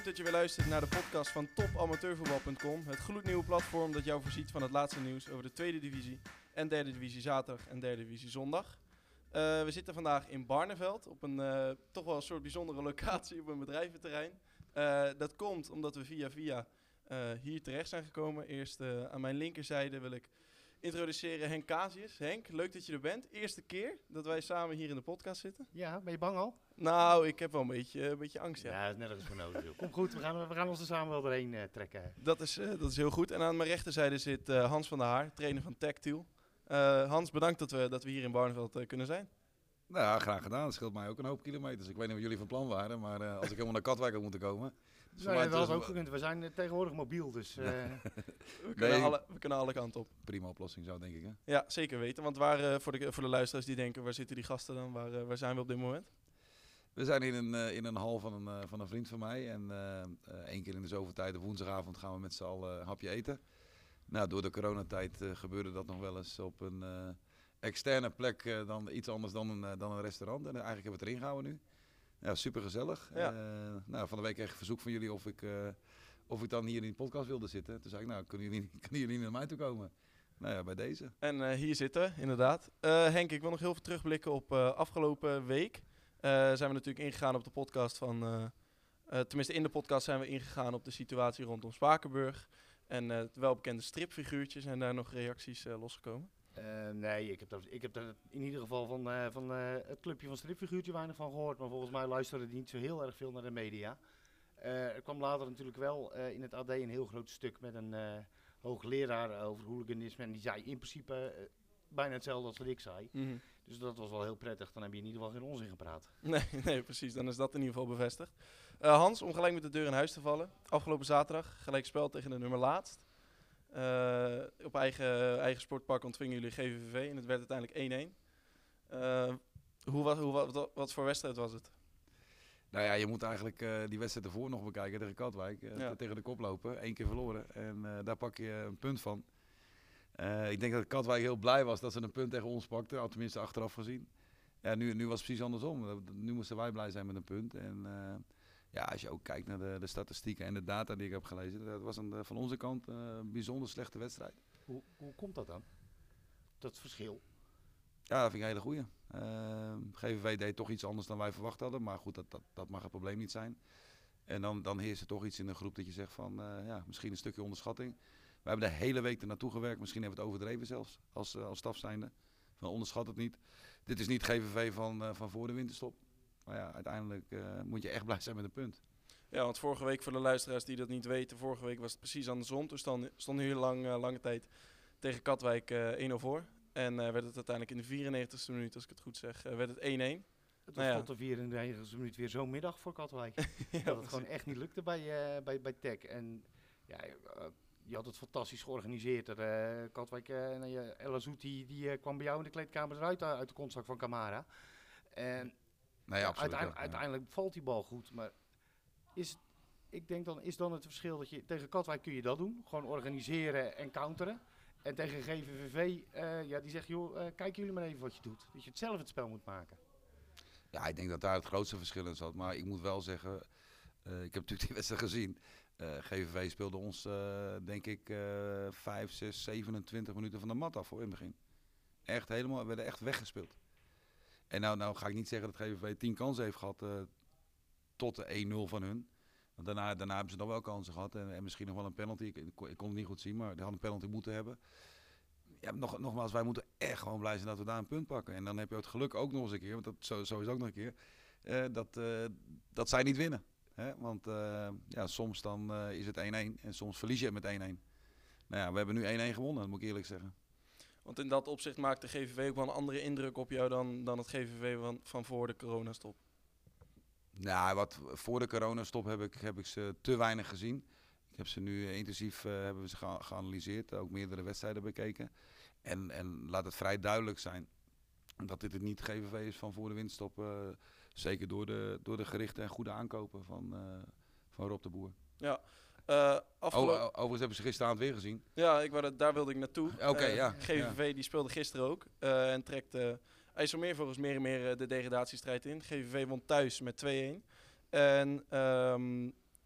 Goed dat je weer luistert naar de podcast van topamateurvoetbal.com. Het gloednieuwe platform dat jou voorziet van het laatste nieuws over de tweede divisie en derde divisie zaterdag en derde divisie zondag. We zitten vandaag in Barneveld op een toch wel een soort bijzondere locatie op een bedrijventerrein. Dat komt omdat we via hier terecht zijn gekomen. Eerst aan mijn linkerzijde wil ik introduceren Henk Casius. Henk, leuk dat je er bent. Eerste keer dat wij samen hier in de podcast zitten. Ja, ben je bang al? Nou, ik heb wel een beetje angst, ja. Ja, dat is nergens voor nodig. Joh. Kom goed, we gaan ons er samen wel doorheen trekken. Dat is heel goed. En aan mijn rechterzijde zit Hans van der Haar, trainer van Tactiel. Hans, bedankt dat we hier in Barneveld kunnen zijn. Nou ja, graag gedaan. Het scheelt mij ook een hoop kilometers. Ik weet niet wat jullie van plan waren, maar als ik helemaal naar Katwijk had moeten komen... Dus dat was ook gekund. We zijn tegenwoordig mobiel, dus... We kunnen alle kanten op. Prima oplossing zou, denk ik, hè? Ja, zeker weten. Want waar, voor de luisteraars die denken, waar zitten die gasten dan? Waar zijn we op dit moment? We zijn in een hal van een vriend van mij. En 1 keer in de zoveel tijd, op woensdagavond, gaan we met z'n allen een hapje eten. Nou, door de coronatijd gebeurde dat nog wel eens op een externe plek, dan iets anders dan een restaurant. En eigenlijk hebben we het erin gehouden nu. Ja, super gezellig. Ja. Nou, van de week kreeg ik een verzoek van jullie of ik dan hier in de podcast wilde zitten. Toen zei ik, nou, kunnen jullie naar mij toe komen? Nou ja, bij deze. En hier zitten we, inderdaad. Henk, ik wil nog heel veel terugblikken op afgelopen week. Zijn we natuurlijk ingegaan op de podcast van... tenminste, in de podcast zijn we ingegaan op de situatie rondom Spakenburg. En het welbekende stripfiguurtje. Zijn daar nog reacties losgekomen? Nee, ik heb daar in ieder geval van het clubje van stripfiguurtje weinig van gehoord. Maar volgens mij luisterde die niet zo heel erg veel naar de media. Er kwam later natuurlijk wel in het AD een heel groot stuk met een hoogleraar over hooliganisme. En die zei in principe bijna hetzelfde als wat ik zei. Mm-hmm. Dus dat was wel heel prettig. Dan heb je in ieder geval geen onzin gepraat. Nee, precies. Dan is dat in ieder geval bevestigd. Hans, om gelijk met de deur in huis te vallen. Afgelopen zaterdag, gelijk spel tegen de nummer laatst. Op eigen sportpark ontvingen jullie GVVV en het werd uiteindelijk 1-1. Wat voor wedstrijd was het? Nou ja, je moet eigenlijk die wedstrijd ervoor nog bekijken tegen Katwijk. Tegen de koploper. 1 keer verloren. En daar pak je een punt van. Ik denk dat Katwijk heel blij was dat ze een punt tegen ons pakten. Al tenminste achteraf gezien. Ja, nu was het precies andersom. Nu moesten wij blij zijn met een punt. En ja, als je ook kijkt naar de statistieken en de data die ik heb gelezen. Dat was van onze kant een bijzonder slechte wedstrijd. Hoe komt dat dan? Dat verschil? Ja, dat vind ik een hele goeie. GVV deed toch iets anders dan wij verwacht hadden. Maar goed, dat mag het probleem niet zijn. En dan heerst er toch iets in de groep dat je zegt van... ja, misschien een stukje onderschatting. We hebben de hele week er naartoe gewerkt. Misschien hebben we het overdreven zelfs, als staf zijnde. Van onderschat het niet. Dit is niet GVV van voor de winterstop. Maar ja, uiteindelijk moet je echt blij zijn met een punt. Ja, want vorige week, voor de luisteraars die dat niet weten... vorige week was het precies andersom. Toen stonden hier lange tijd tegen Katwijk 1-0 voor. En werd het uiteindelijk in de 94e minuut, als ik het goed zeg, werd het 1-1. Het was tot de 94e minuut weer zo'n middag voor Katwijk. Ja, dat het gewoon echt niet lukte bij Tech. En ja, je had het fantastisch georganiseerd. Katwijk, El Azouti, die kwam bij jou in de kleedkamer eruit uit de kontzak van Camara. En nee, absoluut, uiteindelijk valt die bal goed. Maar ik denk dan is het verschil dat je tegen Katwijk kun je dat doen. Gewoon organiseren en counteren. En tegen GVVV, die zegt, joh, kijken jullie maar even wat je doet. Dat je het zelf het spel moet maken. Ja, ik denk dat daar het grootste verschil in zat. Maar ik moet wel zeggen, ik heb natuurlijk die wedstrijd gezien. GVV speelde ons, denk ik, 5, 6, 27 minuten van de mat af voor in het begin. Echt helemaal, we werden echt weggespeeld. En nou ga ik niet zeggen dat GVV 10 kansen heeft gehad tot de 1-0 van hun. Want daarna hebben ze nog wel kansen gehad en misschien nog wel een penalty. Ik kon het niet goed zien, maar die hadden een penalty moeten hebben. Ja, nogmaals, wij moeten echt gewoon blij zijn dat we daar een punt pakken. En dan heb je het geluk ook nog eens een keer, want dat zo is ook nog een keer, dat zij niet winnen. Hè? Want ja, soms dan is het 1-1 en soms verlies je het met 1-1. Nou ja, we hebben nu 1-1 gewonnen, dat moet ik eerlijk zeggen. Want in dat opzicht maakt de GVV ook wel een andere indruk op jou dan het GVV van voor de coronastop. Nou, wat voor de coronastop heb ik ze te weinig gezien. Ik heb ze nu intensief hebben we ze geanalyseerd, ook meerdere wedstrijden bekeken. En laat het vrij duidelijk zijn dat dit het niet GVV is van voor de winterstop. Zeker door de gerichte en goede aankopen van Rob de Boer. Ja. Overigens hebben ze gisteravond weer gezien. Ja, daar wilde ik naartoe. Ja. GVV die speelde gisteren ook en trekt IJsselmeer volgens meer en meer de degradatiestrijd in. GVV won thuis met 2-1. En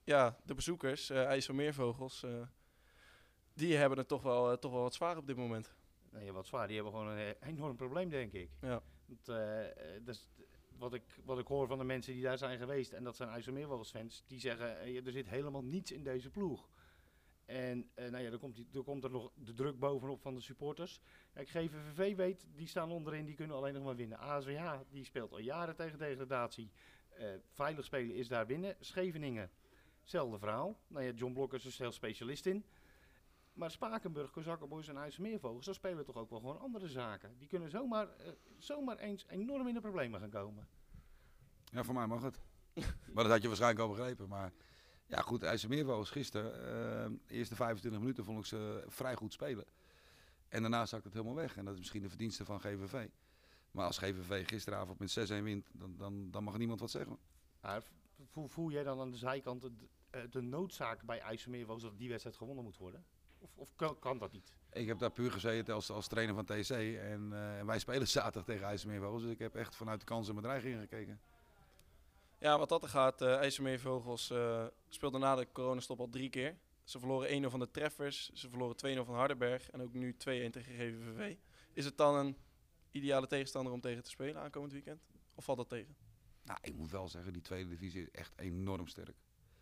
ja, de bezoekers, IJsselmeervogels, die hebben het toch wel wat zwaar op dit moment. Nee, wat zwaar. Die hebben gewoon een enorm probleem, denk ik. Ja. Want, dus wat ik hoor van de mensen die daar zijn geweest, en dat zijn IJsselmeervogelsfans, die zeggen, er zit helemaal niets in deze ploeg. En dan komt er nog de druk bovenop van de supporters. Kijk, GVVV weet, die staan onderin, die kunnen alleen nog maar winnen. ASWH, die speelt al jaren tegen degradatie. Veilig spelen is daar winnen. Scheveningen, hetzelfde verhaal. John Blokkers is er heel specialist in. Maar Spakenburg, Kozakkenboys en IJsselmeervogels, daar spelen toch ook wel gewoon andere zaken. Die kunnen zomaar eens enorm in de problemen gaan komen. Ja, voor mij mag het. Maar dat had je waarschijnlijk al begrepen. Maar ja, goed, IJsselmeervogels gisteren, de eerste 25 minuten vond ik ze vrij goed spelen. En daarna zakt het helemaal weg. En dat is misschien de verdienste van GVV. Maar als GVV gisteravond met 6-1 wint, dan mag niemand wat zeggen. Voel jij dan aan de zijkant de noodzaak bij IJsselmeervogels dat die wedstrijd gewonnen moet worden? Of kan dat niet? Ik heb daar puur gezeten als trainer van TC. En wij spelen zaterdag tegen IJsselmeervogels. Dus ik heb echt vanuit de kansen en bedreigingen gekeken. Ja, wat dat er gaat, IJsselmeervogels speelden na de coronastop al 3 keer. Ze verloren 1-0 van de Treffers, ze verloren 2-0 van Hardenberg en ook nu 2-1 tegen GVVV. Is het dan een ideale tegenstander om tegen te spelen aankomend weekend? Of valt dat tegen? Nou, ik moet wel zeggen, die tweede divisie is echt enorm sterk.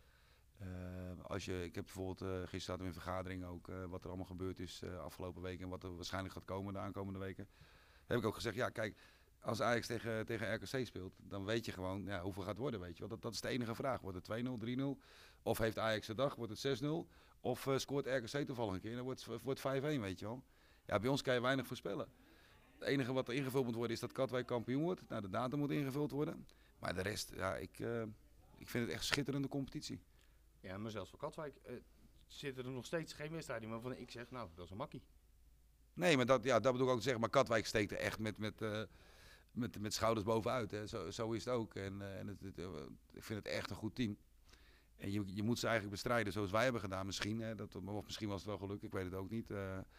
Ik heb bijvoorbeeld, gisteren zaten we in vergadering ook wat er allemaal gebeurd is afgelopen weken en wat er waarschijnlijk gaat komen de aankomende weken. Heb ik ook gezegd, ja kijk, als Ajax tegen RKC speelt, dan weet je gewoon hoeveel gaat worden, weet je wel. Dat is de enige vraag. Wordt het 2-0, 3-0? Of heeft Ajax de dag, wordt het 6-0? Of scoort RKC toevallig een keer en dan wordt 5-1, weet je wel. Ja, bij ons kan je weinig voorspellen. Het enige wat er ingevuld moet worden is dat Katwijk kampioen wordt. Nou, de datum moet ingevuld worden. Maar de rest, ja, ik vind het echt schitterende competitie. Ja, maar zelfs voor Katwijk zitten er nog steeds geen wedstrijden waarvan ik zeg, nou, dat is een makkie. Nee, maar dat bedoel ik ook te zeggen. Maar Katwijk steekt er echt met schouders bovenuit. Hè. Zo is het ook. Ik vind het echt een goed team. En je moet ze eigenlijk bestrijden zoals wij hebben gedaan misschien. Hè. Of misschien was het wel geluk, ik weet het ook niet.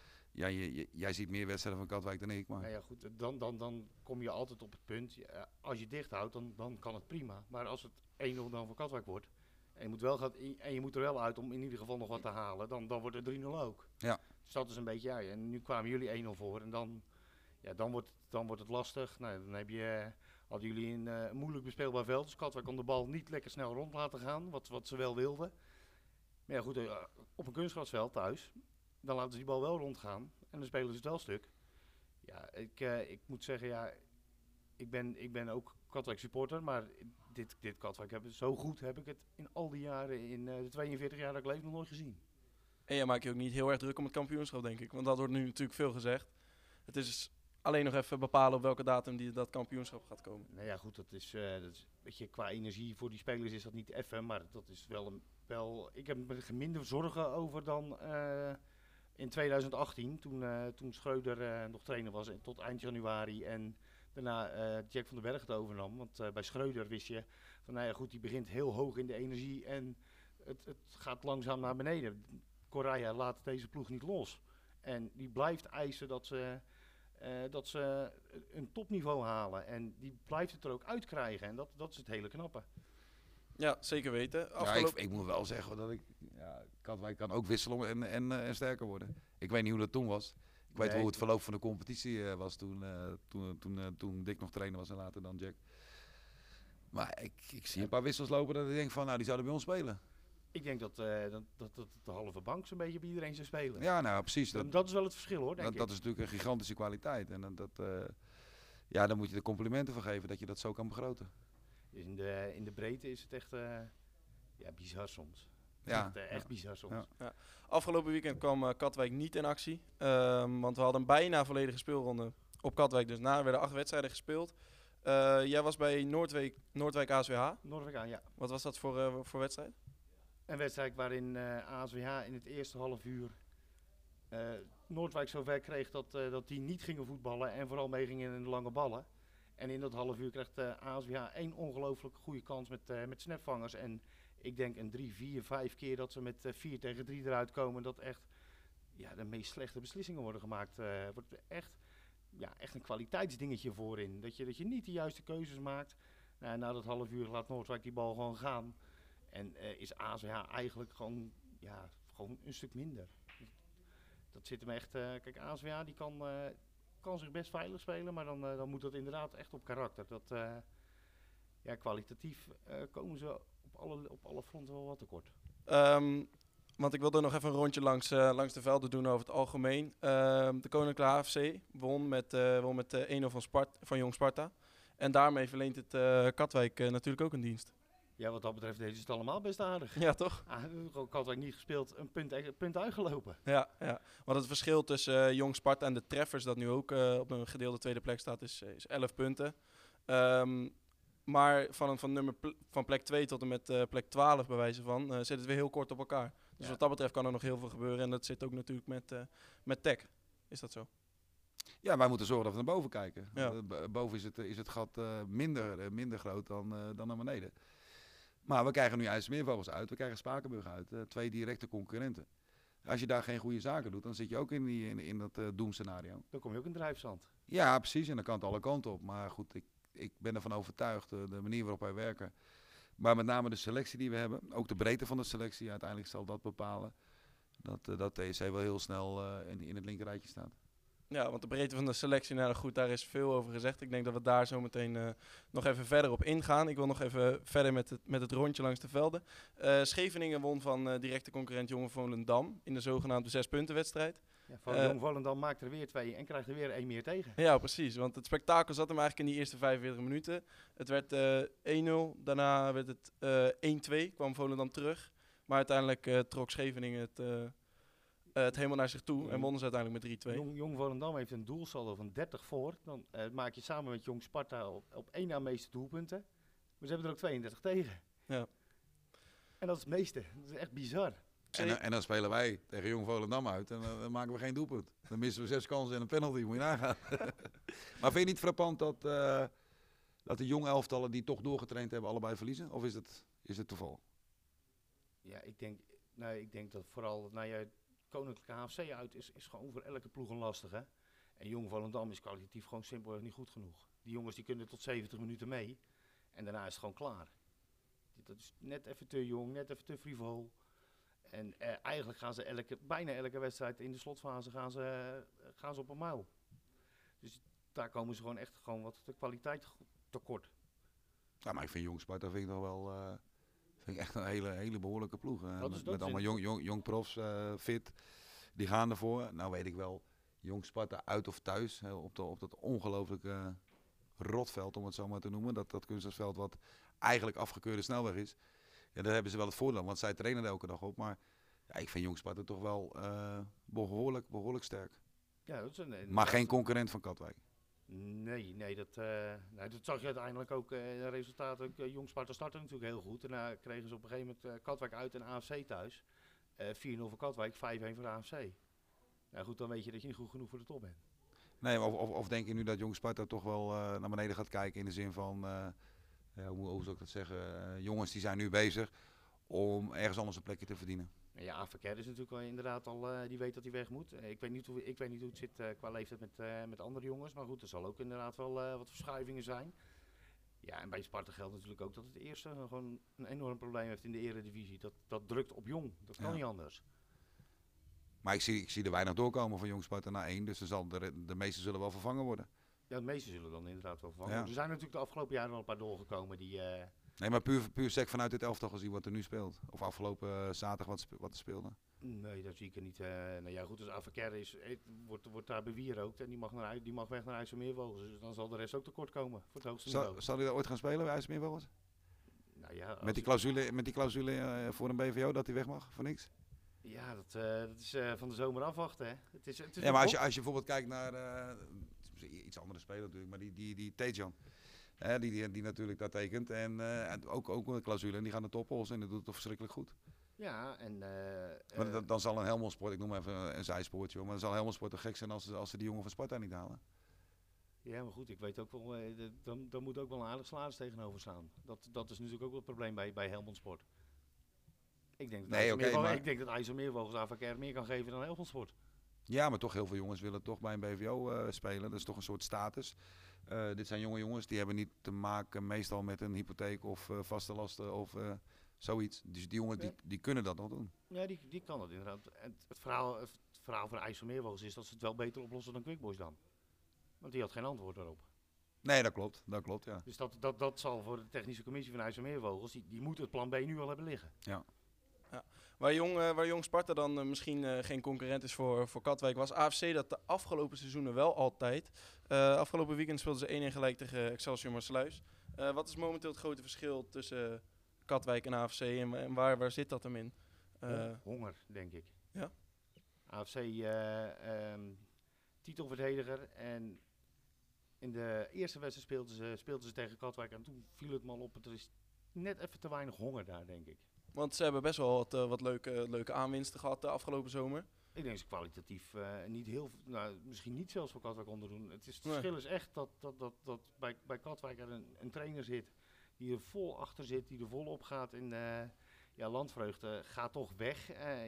Jij ziet meer wedstrijden van Katwijk dan ik. Maar... Nou ja, goed, dan kom je altijd op het punt. Als je dicht houdt, dan kan het prima. Maar als het 1-0 dan voor Katwijk wordt, en je moet er wel uit om in ieder geval nog wat te halen, dan wordt het 3-0 ook. Ja. Dus dat is een beetje, en nu kwamen jullie 1-0 voor en dan wordt het lastig. Nou, dan hadden jullie een moeilijk bespeelbaar veld. Dus Katwijk kon de bal niet lekker snel rond laten gaan, wat ze wel wilden. Maar ja, goed, op een kunstgrasveld thuis, dan laten ze die bal wel rondgaan en dan spelen ze het wel stuk. Ja, ik moet zeggen, ja, ik ben ook Katwijk supporter, maar dit Katwijk zo goed heb ik het in al die jaren, in de 42 jaar dat ik leef, nog nooit gezien. En jij maakt je ook niet heel erg druk om het kampioenschap, denk ik. Want dat wordt nu natuurlijk veel gezegd. Het is alleen nog even bepalen op welke datum dat kampioenschap gaat komen. Nou ja, goed, dat is weet je, qua energie voor die spelers is dat niet effen, maar dat is wel ik heb er minder zorgen over dan in 2018, toen Schreuder nog trainer was en tot eind januari en daarna Jack van den Berg het overnam. Want bij Schreuder wist je van, nou ja goed, die begint heel hoog in de energie en het gaat langzaam naar beneden. Correa laat deze ploeg niet los. En die blijft eisen dat ze een topniveau halen. En die blijft het er ook uitkrijgen. En dat is het hele knappe. Ja, zeker weten. Ik moet wel zeggen dat Katwijk kan ook wisselen en sterker worden. Ik weet niet hoe dat toen was. Ik weet wel hoe het verloop van de competitie was toen Dick nog trainer was en later dan Jack. Maar ik zie een paar wissels lopen dat ik denk van, nou die zouden bij ons spelen. Ik denk dat de halve bank zo'n beetje bij iedereen zou spelen. Ja, nou precies. Dat is wel het verschil hoor, denk ik. Dat is natuurlijk een gigantische kwaliteit. En daar moet je de complimenten voor geven dat je dat zo kan begroten. In de breedte is het echt bizar soms. Ja, echt bizar soms. Ja. Ja. Afgelopen weekend kwam Katwijk niet in actie. Want we hadden een bijna volledige speelronde op Katwijk. Dus er werden 8 wedstrijden gespeeld. Jij was bij Noordwijk ASWH. Noordwijk, ja. Wat was dat voor wedstrijd? Een wedstrijd waarin ASWH in het eerste half uur Noordwijk zover kreeg dat die niet gingen voetballen en vooral meegingen in de lange ballen. En in dat half uur kreeg ASWH 1 ongelooflijk goede kans met snapvangers. En ik denk een 3, 4, 5 keer dat ze met 4 tegen 3 eruit komen. Dat echt de meest slechte beslissingen worden gemaakt. Wordt echt een kwaliteitsdingetje voorin. Dat je niet de juiste keuzes maakt. Na dat half uur laat Noordwijk die bal gewoon gaan. En is ASWA eigenlijk gewoon een stuk minder. Dat zit hem echt... kijk, ASWA die kan zich best veilig spelen, maar dan moet dat inderdaad echt op karakter. Kwalitatief komen ze op alle fronten wel wat tekort. Want ik wilde nog even een rondje langs de velden doen over het algemeen. De Koninklijke HFC won met 1-0 van Jong Sparta. En daarmee verleent het Katwijk natuurlijk ook een dienst. Ja, wat dat betreft deden ze het allemaal best aardig. Ja, toch? Katwijk niet gespeeld, een punt uitgelopen. Ja. Want het verschil tussen Jong Sparta en de Treffers, dat nu ook op een gedeelde tweede plek staat, is 11 punten. Maar van plek 2 tot en met plek 12 bij wijze van, zit het weer heel kort op elkaar. Dus wat dat betreft kan er nog heel veel gebeuren. En dat zit ook natuurlijk met Tech. Is dat zo? Ja, wij moeten zorgen dat we naar boven kijken. Ja. Boven is het gat minder groot dan naar beneden. Maar we krijgen nu IJsselmeervogels uit, we krijgen Spakenburg uit. 2 directe concurrenten. Als je daar geen goede zaken doet, dan zit je ook in dat doemscenario. Dan kom je ook in drijfzand. Ja, precies. En dan kan het alle kanten op. Maar goed, ik ben ervan overtuigd, de manier waarop wij werken. Maar met name de selectie die we hebben, ook de breedte van de selectie, uiteindelijk zal dat bepalen dat TSC wel heel snel in het linkerrijtje staat. Ja, want de breedte van de selectie, nou goed, daar is veel over gezegd. Ik denk dat we daar zo meteen nog even verder op ingaan. Ik wil nog even verder met het rondje langs de velden. Scheveningen won van directe concurrent Jong Volendam in de zogenaamde 6-punten-wedstrijd. Ja, Jong Volendam maakt er weer 2 en krijgt er weer 1 meer tegen. Ja, precies. Want het spektakel zat hem eigenlijk in die eerste 45 minuten. Het werd 1-0, daarna werd het 1-2, kwam Volendam terug. Maar uiteindelijk trok Scheveningen het helemaal naar zich toe en wonnen ze uiteindelijk met 3-2. Jong Volendam heeft een doelsaldo van 30 voor. Dan maak je samen met Jong Sparta op 1 na meeste doelpunten. Maar ze hebben er ook 32 tegen. Ja. En dat is het meeste. Dat is echt bizar. En dan spelen wij tegen Jong Volendam uit en dan maken we geen doelpunt. Dan missen we 6 kansen en een penalty, moet je nagaan. Maar vind je niet frappant dat de jonge elftallen die toch doorgetraind hebben allebei verliezen? Of is het toeval? Ja, ik denk dat vooral Koninklijke HFC uit is gewoon voor elke ploeg een lastige. En Jong Volendam is kwalitatief gewoon simpelweg niet goed genoeg. Die jongens die kunnen tot 70 minuten mee en daarna is het gewoon klaar. Dat is net even te jong, net even te frivol. En eigenlijk gaan ze bijna elke wedstrijd in de slotfase gaan ze op een muil. Dus daar komen ze gewoon echt wat de kwaliteit tekort. Ja, maar ik vind Jong Sparta vind ik echt een hele behoorlijke ploeg. Met allemaal jong profs, fit, die gaan ervoor. Nou weet ik wel, Jong Sparta uit of thuis, op dat ongelooflijke rotveld, om het zo maar te noemen. Dat kunstgrasveld wat eigenlijk afgekeurde snelweg is. Ja, daar hebben ze wel het voordeel, want zij trainen er elke dag op. Maar ja, ik vind Jong Sparta toch wel behoorlijk sterk. Ja, dat is maar geen concurrent van Katwijk. Nee, dat zag je uiteindelijk ook. De resultaten. Jong Sparta startte natuurlijk heel goed. Daarna kregen ze op een gegeven moment Katwijk uit en AFC thuis. 4-0 voor Katwijk, 5-1 voor AFC. Nou goed, dan weet je dat je niet goed genoeg voor de top bent. Nee, of denk je nu dat Jong Sparta toch wel naar beneden gaat kijken in de zin van, hoe zou ik dat zeggen, jongens die zijn nu bezig om ergens anders een plekje te verdienen. Ja, Averker is natuurlijk wel inderdaad al, die weet dat hij weg moet. Ik weet niet hoe het zit qua leeftijd met andere jongens. Maar goed, er zal ook inderdaad wel wat verschuivingen zijn. Ja, en bij Sparta geldt natuurlijk ook dat het eerste gewoon een enorm probleem heeft in de eredivisie. Dat drukt op Jong, dat kan niet anders. Maar ik zie er weinig doorkomen van Jong Sparta naar 1, dus de meeste zullen wel vervangen worden. Ja, de meeste zullen dan inderdaad wel vervangen worden. Er zijn natuurlijk de afgelopen jaren wel een paar doorgekomen die... Nee, maar puur sec vanuit dit elftal gezien wat er nu speelt. Of afgelopen zaterdag wat er speelde. Nee, dat zie ik er niet. Nou ja, goed, dus Averker wordt daar bewierookt en die mag weg naar IJsselmeervogels. Dus dan zal de rest ook tekort komen voor het hoogste niveau. Zal hij daar ooit gaan spelen bij IJsselmeervogels? Nou ja, met die clausule voor een BVO dat hij weg mag, voor niks? Ja, dat is van de zomer afwachten, hè. Het is ja, maar als je bijvoorbeeld kijkt naar iets andere speler natuurlijk, maar die Tejan. Die natuurlijk daar tekent. En ook een clausule. En die gaan de toppels en dat doet het toch verschrikkelijk goed. Ja, en... maar dan zal een Helmond Sport, ik noem even een zijspoortje, maar dan zal Helmond Sport toch gek zijn als ze die jongen van Sparta niet halen. Ja, maar goed, ik weet ook wel, dan moet ook wel een aardig salaris tegenover staan. Dat is natuurlijk ook wel het probleem bij Helmond Sport. Ik denk dat IJsselmeervogels Averker meer kan geven dan Helmond Sport. Ja, maar toch heel veel jongens willen toch bij een BVO spelen. Dat is toch een soort status. Dit zijn jonge jongens, die hebben niet te maken meestal met een hypotheek of vaste lasten of Zoiets. Dus die jongens die kunnen dat nog doen. Ja, die kan het inderdaad. En het verhaal van IJsselmeervogels is dat ze het wel beter oplossen dan Quick Boys dan. Want die had geen antwoord daarop. Nee, dat klopt, ja. Dus dat zal voor de technische commissie van IJsselmeervogels, die moet het plan B nu al hebben liggen. Ja. Waar Jong Sparta dan misschien geen concurrent is voor Katwijk, was AFC dat de afgelopen seizoenen wel altijd. Afgelopen weekend speelden ze 1-1 gelijk tegen Excelsior Maassluis. Wat is momenteel het grote verschil tussen Katwijk en AFC en waar zit dat hem in? Honger, denk ik. Ja? AFC titelverdediger en in de eerste wedstrijd speelden ze tegen Katwijk en toen viel het me al op. Er is net even te weinig honger daar, denk ik. Want ze hebben best wel wat leuke aanwinsten gehad de afgelopen zomer. Ik denk ze kwalitatief niet heel, misschien niet zelfs voor Katwijk onderdoen. Het verschil is echt dat bij Katwijk er een trainer zit die er vol achter zit, die er vol op gaat. En landvreugde gaat toch weg.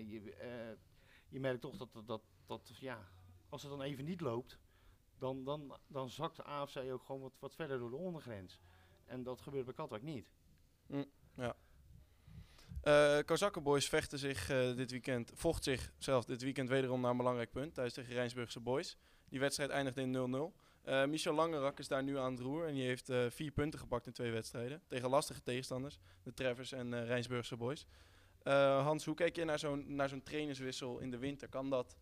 Je merkt toch dat als het dan even niet loopt, dan zakt de AFC ook gewoon wat verder door de ondergrens. En dat gebeurt bij Katwijk niet. Ja. Kozakkenboys vocht zich zelf dit weekend wederom naar een belangrijk punt tijdens tegen Rijnsburgse Boys. Die wedstrijd eindigde in 0-0. Michel Langerak is daar nu aan het roer en die heeft 4 punten gepakt in 2 wedstrijden. Tegen lastige tegenstanders, de Treffers en Rijnsburgse Boys. Hans, hoe kijk je naar zo'n trainerswissel in de winter? Kan dat,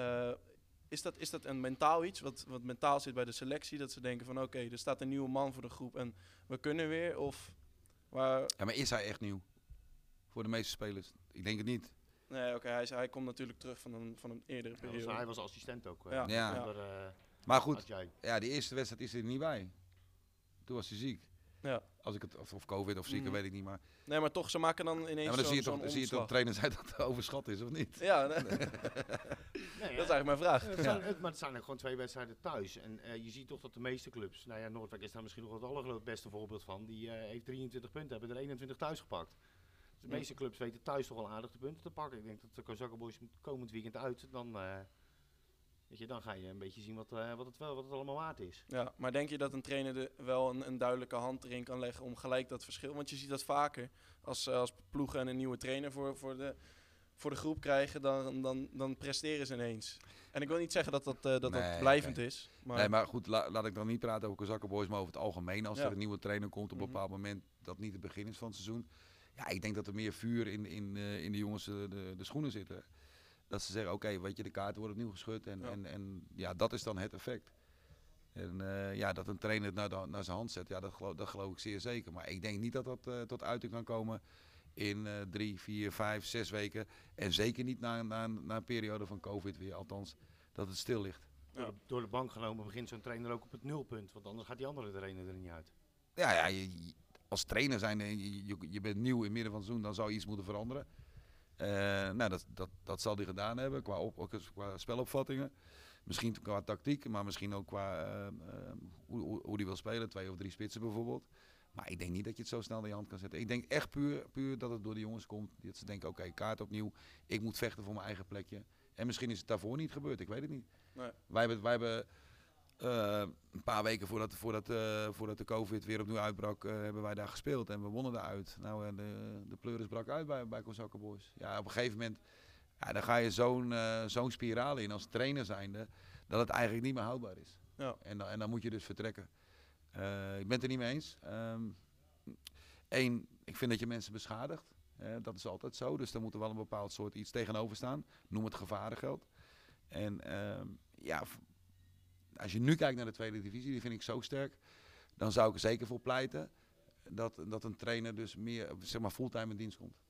is dat een mentaal iets, wat mentaal zit bij de selectie? Dat ze denken van oké, er staat een nieuwe man voor de groep en we kunnen weer? Of waar... Ja, maar is hij echt nieuw? Voor de meeste spelers? Ik denk het niet. Nee, oké, hij komt natuurlijk terug van een eerdere periode. Hij was assistent ook. Ja. Maar goed, Adjai. die eerste wedstrijd is er niet bij. Toen was hij ziek. Ja. Als ik het, of COVID of ziek, weet ik niet. Maar, nee, maar toch, ze maken dan ineens maar dan zie je toch omslag. trainers uit dat het overschat is, of niet? Ja, dat is eigenlijk mijn vraag. Maar het zijn er gewoon 2 wedstrijden thuis. En je ziet toch dat de meeste clubs, Noordwijk is daar misschien nog het allerbeste voorbeeld van. Die heeft 23 punten, hebben er 21 thuis gepakt. De meeste clubs weten thuis toch wel aardig de punten te pakken. Ik denk dat de Kozakkenboys komend weekend uit, dan ga je een beetje zien wat het allemaal waard is. Ja, maar denk je dat een trainer wel een duidelijke hand erin kan leggen om gelijk dat verschil? Want je ziet dat vaker als ploegen een nieuwe trainer voor de groep krijgen, dan presteren ze ineens. En ik wil niet zeggen dat blijvend is. Maar... Nee, maar goed, laat ik dan niet praten over Kozakkenboys, maar over het algemeen. Als er een nieuwe trainer komt op een bepaald moment, dat niet het begin is van het seizoen. Ja, ik denk dat er meer vuur in de jongens de schoenen zitten. Dat ze zeggen, oké, weet je, de kaarten worden opnieuw geschud en dat is dan het effect. En dat een trainer het naar zijn hand zet, dat geloof ik zeer zeker. Maar ik denk niet dat dat tot uiting kan komen in 3, 4, 5, 6 weken. En zeker niet na een periode van COVID weer, althans, dat het stil ligt. Door de bank genomen begint zo'n trainer ook op het nulpunt, want anders gaat die andere trainer er niet uit. Ja, als trainer zijn, je bent nieuw in het midden van het seizoen, dan zou je iets moeten veranderen. Dat zal hij gedaan hebben qua spelopvattingen. Misschien qua tactiek, maar misschien ook qua hoe hij wil spelen. 2 of 3 spitsen bijvoorbeeld. Maar ik denk niet dat je het zo snel in je hand kan zetten. Ik denk echt puur dat het door de jongens komt. Dat ze denken, oké, kaart opnieuw. Ik moet vechten voor mijn eigen plekje. En misschien is het daarvoor niet gebeurd, ik weet het niet. Nee. Wij hebben een paar weken voordat de COVID weer opnieuw uitbrak, hebben wij daar gespeeld. En we wonnen daaruit. Nou, de pleuris brak uit bij Kozakkenboys. Ja, op een gegeven moment dan ga je zo'n spiraal in als trainer zijnde, dat het eigenlijk niet meer houdbaar is. Ja. En dan moet je dus vertrekken. Ik ben het er niet mee eens. Eén, ik vind dat je mensen beschadigt. Dat is altijd zo. Dus daar moet er wel een bepaald soort iets tegenover staan. Noem het gevarengeld. En als je nu kijkt naar de tweede divisie, die vind ik zo sterk. Dan zou ik er zeker voor pleiten dat een trainer dus meer, zeg maar, fulltime in dienst komt.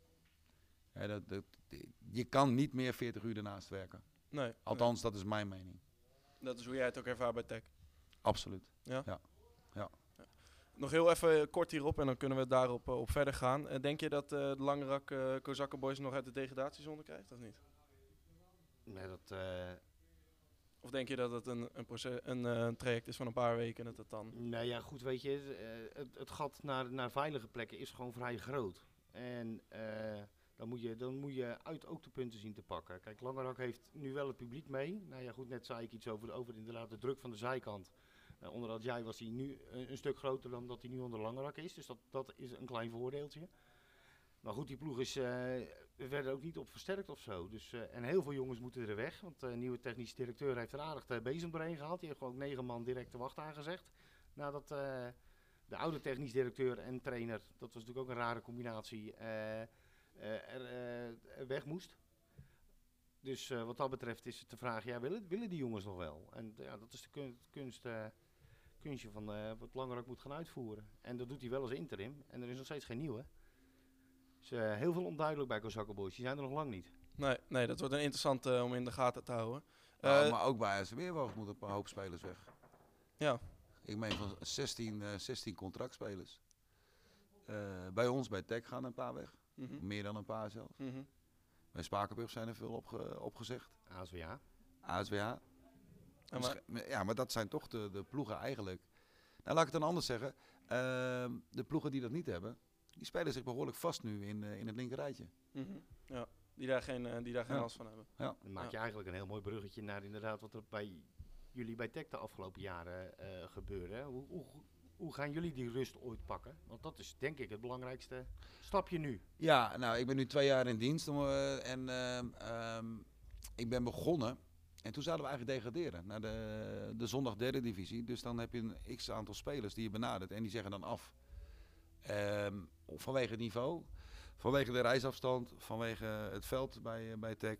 Je kan niet meer 40 uur ernaast werken. Nee. Althans, dat is mijn mening. Dat is hoe jij het ook ervaart bij Tech. Absoluut. Ja? Ja. Nog heel even kort hierop en dan kunnen we daarop op verder gaan. Denk je dat de Langerak Kozakkenboys nog uit de degradatiezone krijgt of niet? Nee, Of denk je dat het een traject is van een paar weken en dat het dan... Nou ja, goed, weet je, het gat naar veilige plekken is gewoon vrij groot. En dan moet je uit ook de punten zien te pakken. Kijk, Langerak heeft nu wel het publiek mee. Nou ja, goed, net zei ik iets over inderdaad de druk van de zijkant. Onder dat jij was hij nu een stuk groter dan dat hij nu onder Langerak is. Dus dat is een klein voordeeltje. Maar goed, die ploeg is, we werden ook niet op versterkt of zo. Dus, en heel veel jongens moeten er weg. Want de nieuwe technische directeur heeft er aardig de bezem doorheen gehaald. Die heeft gewoon 9 man direct te wacht aangezegd. Nadat de oude technisch directeur en trainer, dat was natuurlijk ook een rare combinatie, weg moest. Dus wat dat betreft is het de vraag, ja, willen die jongens nog wel? En ja, dat is de kunstje van wat langer ook moet gaan uitvoeren. En dat doet hij wel als interim. En er is nog steeds geen nieuwe. Dus heel veel onduidelijk bij Kozakke Boys. Die zijn er nog lang niet. Nee, dat wordt een interessant om in de gaten te houden. Maar ook bij AS Weerwoog moeten een hoop spelers weg. Ja. Ik meen van 16 contractspelers. Bij ons, bij Tech gaan een paar weg. Meer dan een paar zelfs. Bij Spakenburg zijn er veel opgezegd. ASWH. Ja, maar dat zijn toch de ploegen eigenlijk. Nou, laat ik het dan anders zeggen. De ploegen die dat niet hebben, die spelen zich behoorlijk vast nu in het linkerrijtje. Ja, die daar geen last van hebben. Ja. Dan maak je eigenlijk een heel mooi bruggetje naar inderdaad wat er bij jullie bij Tech de afgelopen jaren gebeurde. Hè? Hoe gaan jullie die rust ooit pakken? Want dat is denk ik het belangrijkste stapje nu. Ja, nou, ik ben nu 2 jaar in dienst en ik ben begonnen. En toen zouden we eigenlijk degraderen naar de zondag 3e divisie. Dus dan heb je een x-aantal spelers die je benadert en die zeggen dan af. Vanwege het niveau, vanwege de reisafstand, vanwege het veld bij Tech.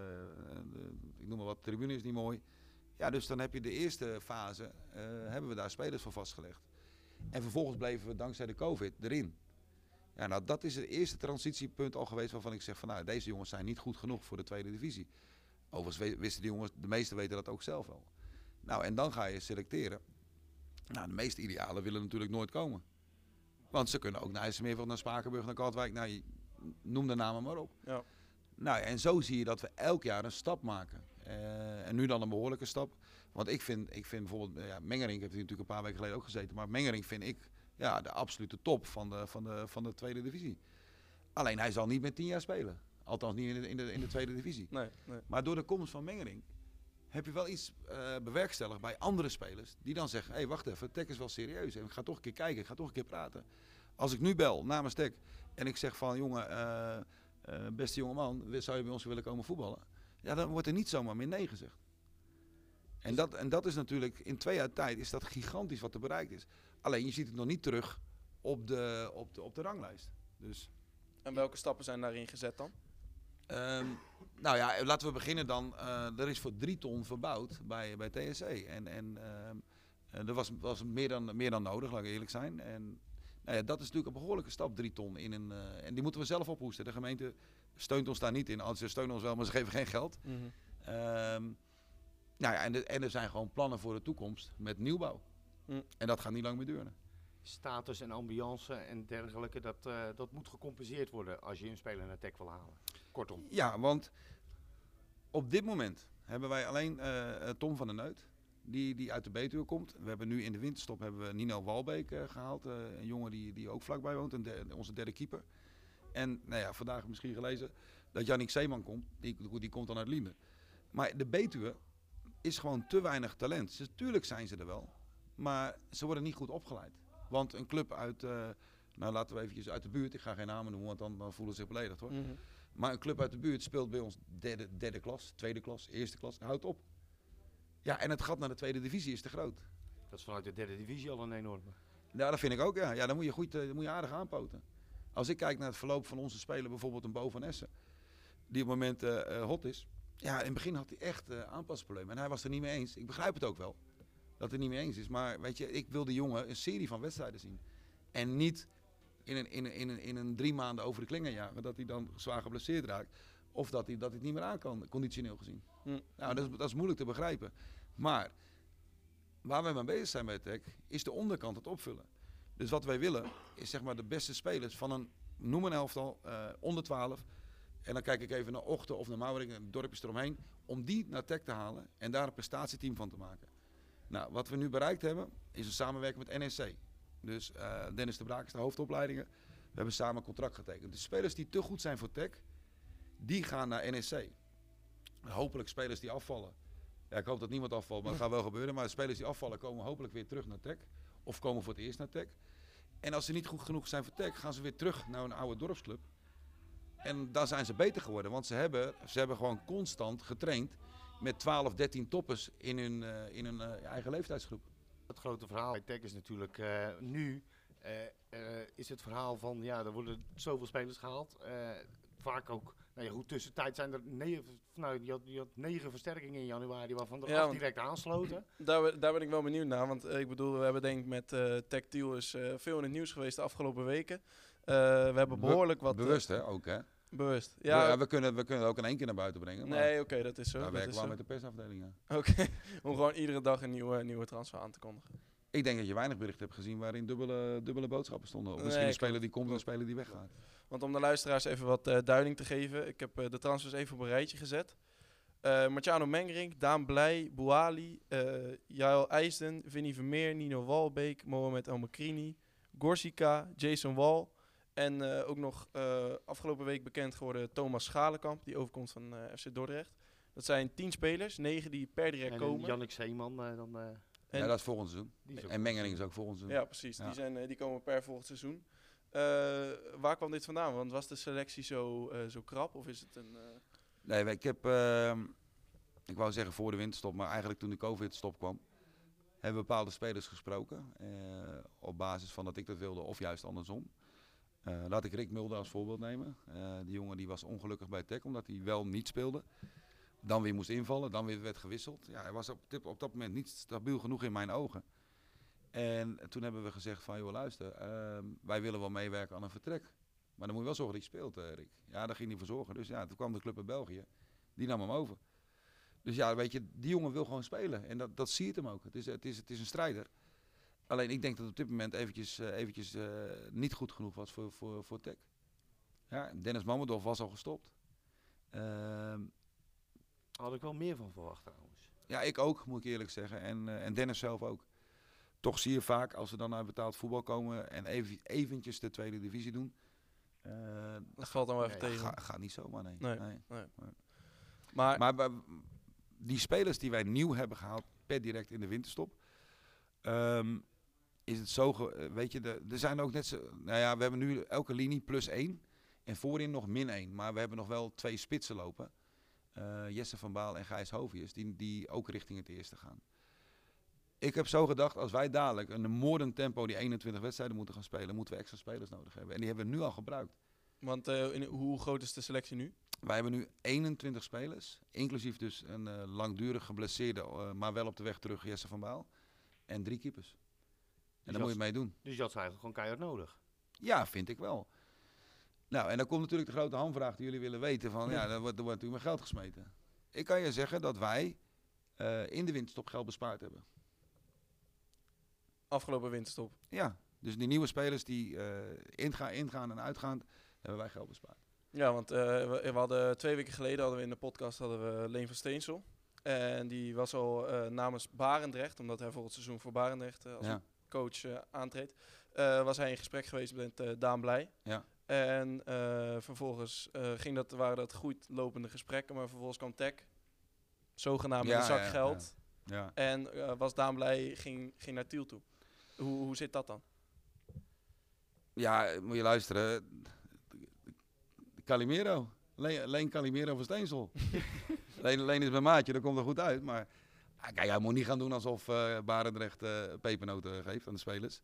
Ik noem maar wat, de tribune is niet mooi. Ja, dus dan heb je de eerste fase, hebben we daar spelers voor vastgelegd. En vervolgens bleven we dankzij de COVID erin. Ja, nou dat is het eerste transitiepunt al geweest waarvan ik zeg van nou, deze jongens zijn niet goed genoeg voor de 2e divisie. Overigens wisten die jongens, de meesten weten dat ook zelf wel. Nou, en dan ga je selecteren. Nou, de meest ideale willen natuurlijk nooit komen. Want ze kunnen ook naar IJsselmeerveld, naar Spakenburg, naar Katwijk, nou, noem de namen maar op. Ja. Nou, en zo zie je dat we elk jaar een stap maken. En nu dan een behoorlijke stap. Want ik vind bijvoorbeeld, ja, Mengerink heeft hier natuurlijk een paar weken geleden ook gezeten. Maar Mengerink vind ik ja, de absolute top van de 2e divisie. Alleen hij zal niet met 10 jaar spelen. Althans niet in de 2e divisie. Nee. Maar door de komst van Mengerink heb je wel iets bewerkstelligd bij andere spelers. Die dan zeggen, hé, wacht even, Tech is wel serieus. En ik ga toch een keer kijken, ik ga toch een keer praten. Als ik nu bel namens Tech en ik zeg van, jongen, beste jongeman, zou je bij ons willen komen voetballen? Ja, dan wordt er niet zomaar meer nee gezegd. En dat is natuurlijk, in 2 jaar tijd is dat gigantisch wat er bereikt is. Alleen je ziet het nog niet terug op de ranglijst. Dus. En welke stappen zijn daarin gezet dan? Nou ja, laten we beginnen dan. Er is voor 3 ton verbouwd bij TSC. En er was meer dan nodig, laat ik eerlijk zijn. En nou ja, dat is natuurlijk een behoorlijke stap, 3 ton. En die moeten we zelf ophoesten. De gemeente steunt ons daar niet in. Ze steunen ons wel, maar ze geven geen geld. Nou ja, en er zijn gewoon plannen voor de toekomst met nieuwbouw. En dat gaat niet lang meer duren. Status en ambiance en dergelijke, dat moet gecompenseerd worden als je een speler naar Tech wil halen. Kortom. Ja, want op dit moment hebben wij alleen Tom van der Neut, die uit de Betuwe komt. We hebben nu in de winterstop hebben we Nino Walbeek gehaald, een jongen die ook vlakbij woont, onze derde keeper. En nou ja, vandaag misschien gelezen dat Yannick Zeeman komt, die komt dan uit Lienden. Maar de Betuwe is gewoon te weinig talent. Tuurlijk zijn ze er wel, maar ze worden niet goed opgeleid. Want een club uit, nou laten we eventjes uit de buurt, ik ga geen namen noemen, want dan voelen ze zich beledigd hoor. Maar een club uit de buurt speelt bij ons derde klas, tweede klas, eerste klas, houdt op. Ja, en het gat naar de 2e divisie is te groot. Dat is vanuit de 3e divisie al een enorme. Ja, dat vind ik ook, ja. Ja, dan moet je aardig aanpoten. Als ik kijk naar het verloop van onze speler, bijvoorbeeld een Bo van Essen, die op het moment hot is. Ja, in het begin had hij echt aanpassproblemen en hij was er niet mee eens. Ik begrijp het ook wel, dat het niet mee eens is. Maar weet je, ik wil de jongen een serie van wedstrijden zien. En niet in een 3 maanden over de klinger jagen, dat hij dan zwaar geblesseerd raakt. Of dat hij het niet meer aan kan, conditioneel gezien. Nou, dat is moeilijk te begrijpen. Maar waar wij mee bezig zijn bij Tech, is de onderkant het opvullen. Dus wat wij willen, is zeg maar de beste spelers van noem een elftal, onder 12. En dan kijk ik even naar Ochten of naar Maurik, en dorpjes eromheen. Om die naar Tech te halen en daar een prestatieteam van te maken. Nou, wat we nu bereikt hebben, is een samenwerking met NEC. Dus Dennis de Braak is de hoofdopleidingen. We hebben samen een contract getekend. De spelers die te goed zijn voor Tech, die gaan naar NEC. Hopelijk spelers die afvallen. Ja, ik hoop dat niemand afvalt, maar dat gaat wel gebeuren. Maar de spelers die afvallen komen hopelijk weer terug naar Tech. Of komen voor het eerst naar Tech. En als ze niet goed genoeg zijn voor Tech, gaan ze weer terug naar een oude dorpsclub. En daar zijn ze beter geworden. Want ze hebben gewoon constant getraind met 12, 13 toppers in hun eigen leeftijdsgroep. Het grote verhaal bij TEC is natuurlijk nu is het verhaal van ja, er worden zoveel spelers gehaald. Vaak ook, nou ja, goed, tussentijd zijn er 9 versterkingen in januari waarvan er 8 direct aansloten. Daar ben ik wel benieuwd naar, want ik bedoel, we hebben denk ik met Tech Tiel is veel in het nieuws geweest de afgelopen weken. We hebben behoorlijk wat... Bewust hè, ook hè? Bewust. Ja, we kunnen het ook in één keer naar buiten brengen. Maar Nee, oké, dat is zo. daar Dat werken is we zo. wel met de persafdeling aan. Oké, om gewoon iedere dag een nieuwe transfer aan te kondigen. Ik denk dat je weinig berichten hebt gezien waarin dubbele boodschappen stonden. Of Nee, misschien een speler klopt. die komt en een speler die weggaat. Want om de luisteraars even wat duiding te geven. Ik heb de transfers even op een rijtje gezet. Marciano Mengerink, Daan Blij, Bouali, Jael IJsden, Vinnie Vermeer, Nino Walbeek, Mohamed El Makrini, Gorsica, Jason Wall. En ook nog afgelopen week bekend geworden Thomas Schalenkamp, die overkomt van FC Dordrecht. Dat zijn 10 spelers, 9 die per direct En komen. Jannik Zeeman dan... En- Ja, dat is volgend seizoen. die is ook En Mengering is ook volgend seizoen. Ja, precies. Ja. Die komen per volgend seizoen. Waar kwam dit vandaan? Want was de selectie zo krap? Of is het een... Nee, ik heb, ik wou zeggen voor de winterstop, maar eigenlijk toen de COVID-stop kwam, hebben bepaalde spelers gesproken. Op basis van dat ik dat wilde of juist andersom. Laat ik Rick Mulder als voorbeeld nemen. Die jongen die was ongelukkig bij TEC omdat hij wel niet speelde. Dan weer moest invallen, dan weer werd gewisseld. Ja, hij was op dat moment niet stabiel genoeg in mijn ogen. En toen hebben we gezegd van, joh luister, wij willen wel meewerken aan een vertrek. Maar dan moet je wel zorgen dat je speelt, Rick. Ja, daar ging hij voor zorgen. Dus ja, toen kwam de club uit België. Die nam hem over. Dus ja, weet je, die jongen wil gewoon spelen. En dat zie je hem ook. Het is een strijder. Alleen ik denk dat het op dit moment eventjes niet goed genoeg was voor TEC. Ja, Dennis Mammadov was al gestopt. Had ik wel meer van verwacht trouwens. Ja, ik ook, moet ik eerlijk zeggen. En Dennis zelf ook. Toch zie je vaak, als we dan naar betaald voetbal komen en eventjes de tweede divisie doen. Dat valt dan wel even Nee, tegen. Gaat niet zomaar, nee. Nee. Maar Maar die spelers die wij nieuw hebben gehaald per direct in de winterstop, is het zo, weet je, er zijn ook net zo, nou ja, we hebben nu elke linie +1 en voorin nog -1. Maar we hebben nog wel 2 spitsen lopen. Jesse van Baal en Gijs Hovius, die ook richting het eerste gaan. Ik heb zo gedacht, als wij dadelijk een moordend tempo die 21 wedstrijden moeten gaan spelen, moeten we extra spelers nodig hebben. En die hebben we nu al gebruikt. Want hoe groot is de selectie nu? Wij hebben nu 21 spelers, inclusief dus een langdurig geblesseerde, maar wel op de weg terug Jesse van Baal. En 3 keepers. En daar moet je mee doen. Dus je had ze eigenlijk gewoon keihard nodig. Ja, vind ik wel. Nou, en dan komt natuurlijk de grote hamvraag die jullie willen weten. Van, ja, er wordt natuurlijk met geld gesmeten. Ik kan je zeggen dat wij in de winterstop geld bespaard hebben. Afgelopen winterstop. Ja, dus die nieuwe spelers die ingaan en uitgaan, hebben wij geld bespaard. Ja, want we hadden 2 weken geleden in de podcast Leen van Steensel. En die was al namens Barendrecht, omdat hij volgend seizoen voor Barendrecht als coach aantreedt. Was hij in gesprek geweest met Daan Blij. Ja. En vervolgens waren dat goed lopende gesprekken, maar vervolgens kwam TEC, zogenaamd met een zak geld. Ja. En was Daan Blij, ging naar Tiel toe. Hoe zit dat dan? Ja, moet je luisteren. Calimero. Leen Calimero van Steensel. Leen is mijn maatje, dat komt er goed uit. Maar kijk, hij moet niet gaan doen alsof Barendrecht pepernoten geeft aan de spelers.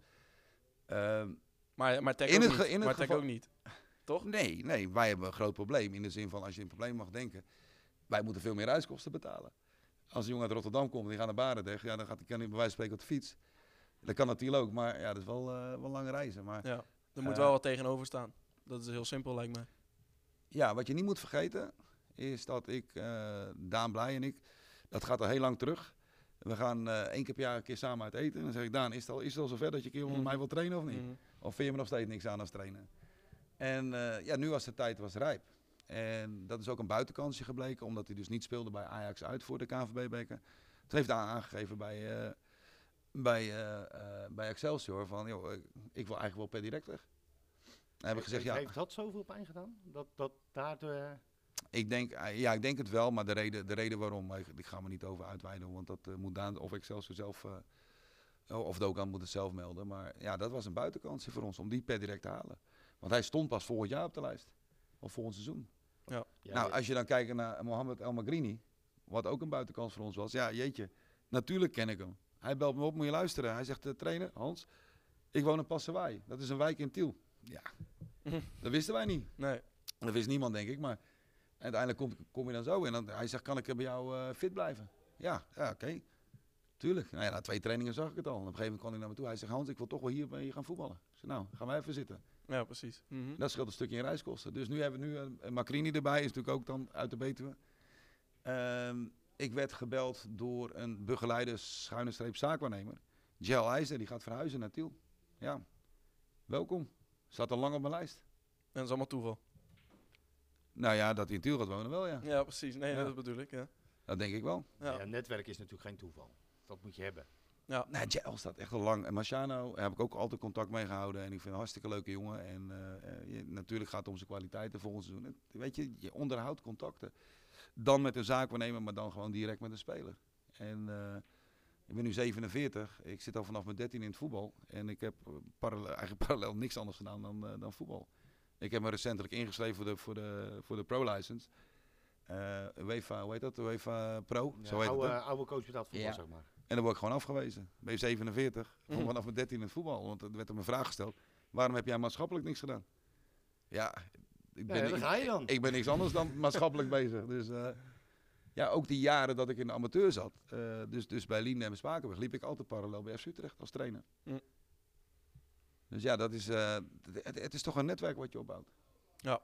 Maar TEC ook niet. Toch? Nee, wij hebben een groot probleem. In de zin van, als je een probleem mag denken, wij moeten veel meer reiskosten betalen. Als een jongen uit Rotterdam komt en die gaat naar Barendrecht, ja, dan kan hij bij wijze van spreken op de fiets. Dat kan natuurlijk ook, maar ja, dat is wel lange reizen. Maar, ja, er moet wel wat tegenover staan. Dat is heel simpel, lijkt me. Ja, wat je niet moet vergeten, is dat ik, Daan Blij en ik, dat gaat al heel lang terug. We gaan 1 keer per jaar een keer samen uit eten. En dan zeg ik, Daan, is het al zover dat je een keer onder mij wil trainen of niet? Of vind je me nog steeds niks aan als trainen? En ja, nu was de tijd rijp. En dat is ook een buitenkansje gebleken, omdat hij dus niet speelde bij Ajax uit voor de KNVB-beker. Het heeft aangegeven bij Excelsior van, joh, ik wil eigenlijk wel per direct weg. En hebben gezegd, ja. Heeft dat zoveel pijn gedaan? Dat daar de... Ik denk het wel, maar de reden waarom, ik ga me niet over uitweiden, want dat moet Daan of Excelsior zelf, of Dokan moet het zelf melden. Maar ja, dat was een buitenkansje voor ons om die per direct te halen. Want hij stond pas volgend jaar op de lijst. of volgend seizoen. Ja, Nou, als je dan kijkt naar Mohamed El Magrini, wat ook een buitenkans voor ons was. Ja, jeetje, natuurlijk ken ik hem. Hij belt me op, moet je luisteren. Hij zegt, trainer, Hans, ik woon in Passewaaij. Dat is een wijk in Tiel. Ja, dat wisten wij niet. Nee. Dat wist niemand, denk ik. Maar uiteindelijk kom je dan zo. En dan, hij zegt, kan ik bij jou fit blijven? Ja, oké. Tuurlijk. Nou ja, na 2 trainingen zag ik het al. En op een gegeven moment kwam hij naar me toe. Hij zegt, Hans, ik wil toch wel hier bij je gaan voetballen. Ik zeg, nou, gaan wij even zitten. Ja, precies. Dat scheelt een stukje in reiskosten. Dus nu hebben we een Macrini erbij. Is natuurlijk ook dan uit de Betuwe. Ik werd gebeld door een begeleider schuine streep zaakwaarnemer. Jel IJzer, die gaat verhuizen naar Tiel. Ja, welkom. Staat al lang op mijn lijst. En dat is allemaal toeval. Nou ja, dat hij in Tiel gaat wonen wel, ja. Ja, precies. Nee, Ja. dat bedoel ik, ja. Dat denk ik wel. Ja. netwerk is natuurlijk geen toeval. Dat moet je hebben. Ja. Nou, Jel staat echt al lang. En Marciano heb ik ook altijd contact mee gehouden. En ik vind hem een hartstikke leuke jongen. En natuurlijk gaat het om zijn kwaliteiten volgend seizoen. Weet je onderhoudt contacten. Dan met een zaakwaarnemer, maar dan gewoon direct met een speler. En ik ben nu 47. Ik zit al vanaf mijn 13 in het voetbal. En ik heb eigenlijk parallel niks anders gedaan dan voetbal. Ik heb me recentelijk ingeschreven voor de pro-license. UEFA, hoe heet dat? UEFA Pro. Ja, Zo heet het, hè? oude coach betaald voetbal, Ja. zeg maar. En dan word ik gewoon afgewezen. Ben je 47? Vanaf mijn 13 in het voetbal. Want er werd me een vraag gesteld. Waarom heb jij maatschappelijk niks gedaan? Ja, Daar ga je dan. ik ben niks anders dan maatschappelijk bezig. Dus ja, ook die jaren dat ik in de amateur zat. Dus bij Liende en Spakenburg liep ik altijd parallel bij FC Utrecht als trainer. Dus ja, dat is, het is toch een netwerk wat je opbouwt. Ja.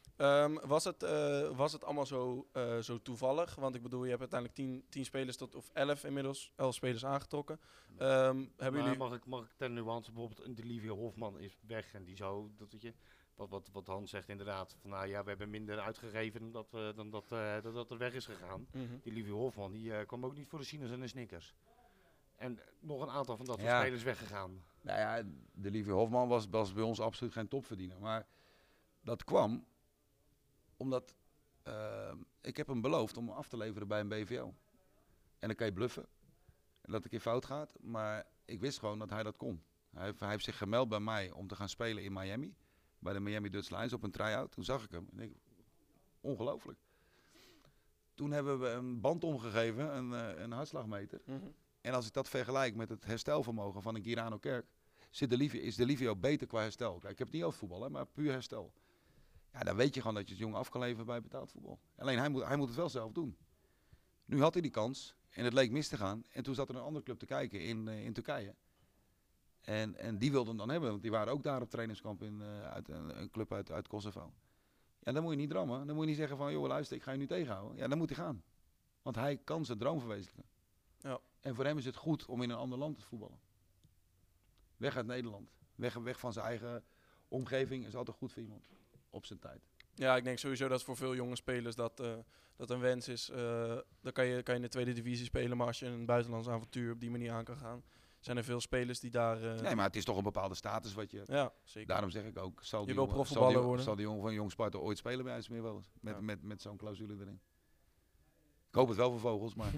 Was het allemaal zo toevallig? Want ik bedoel, je hebt uiteindelijk 10 spelers of 11 inmiddels, 11 spelers aangetrokken. Hebben jullie... Mag ik ten nuance, bijvoorbeeld een Delivio Hofman is weg en die zou, wat Hans zegt inderdaad, van nou ja, we hebben minder uitgegeven dan dat er weg is gegaan. Delivio Hofman, die kwam ook niet voor de Sinus en de Snickers. En nog een aantal van dat soort spelers weggegaan. Nou ja, Delivio Hofman was bij ons absoluut geen topverdiener. Maar dat kwam omdat ik heb hem beloofd om hem af te leveren bij een BVO. En dan kan je bluffen. En dat het een keer fout gaat. Maar ik wist gewoon dat hij dat kon. Hij heeft zich gemeld bij mij om te gaan spelen in Miami. Bij de Miami Dutch Lions op een try-out. Toen zag ik hem. En ik, ongelooflijk. Toen hebben we een band omgegeven, een hartslagmeter. En als ik dat vergelijk met het herstelvermogen van een Girano Kerk, is Delivio beter qua herstel. Kijk, ik heb het niet over voetbal, hè, maar puur herstel. Ja, dan weet je gewoon dat je het jongen af kan leveren bij betaald voetbal. Alleen hij moet het wel zelf doen. Nu had hij die kans en het leek mis te gaan. En toen zat er een andere club te kijken in Turkije. En die wilden hem dan hebben, want die waren ook daar op trainingskamp uit een club uit Kosovo. Ja, dan moet je niet drammen. Dan moet je niet zeggen van, joh, luister, ik ga je nu tegenhouden. Ja, dan moet hij gaan. Want hij kan zijn droom verwezenlijken. Ja. En voor hem is het goed om in een ander land te voetballen. Weg uit Nederland. Weg van zijn eigen omgeving is altijd goed voor iemand. Op zijn tijd. Ja, ik denk sowieso dat voor veel jonge spelers dat een wens is. Dan kan je in de tweede divisie spelen, maar als je een buitenlands avontuur op die manier aan kan gaan, zijn er veel spelers die daar... Nee, maar het is toch een bepaalde status wat je hebt. Ja, zeker. Daarom zeg ik ook, zal die wil jongen- profvoetballer zal die- worden. Zal die jongen van Jong Sparta ooit spelen bij IJsselmeer wel eens? Met zo'n clausule erin. Ik hoop het wel voor Vogels, maar...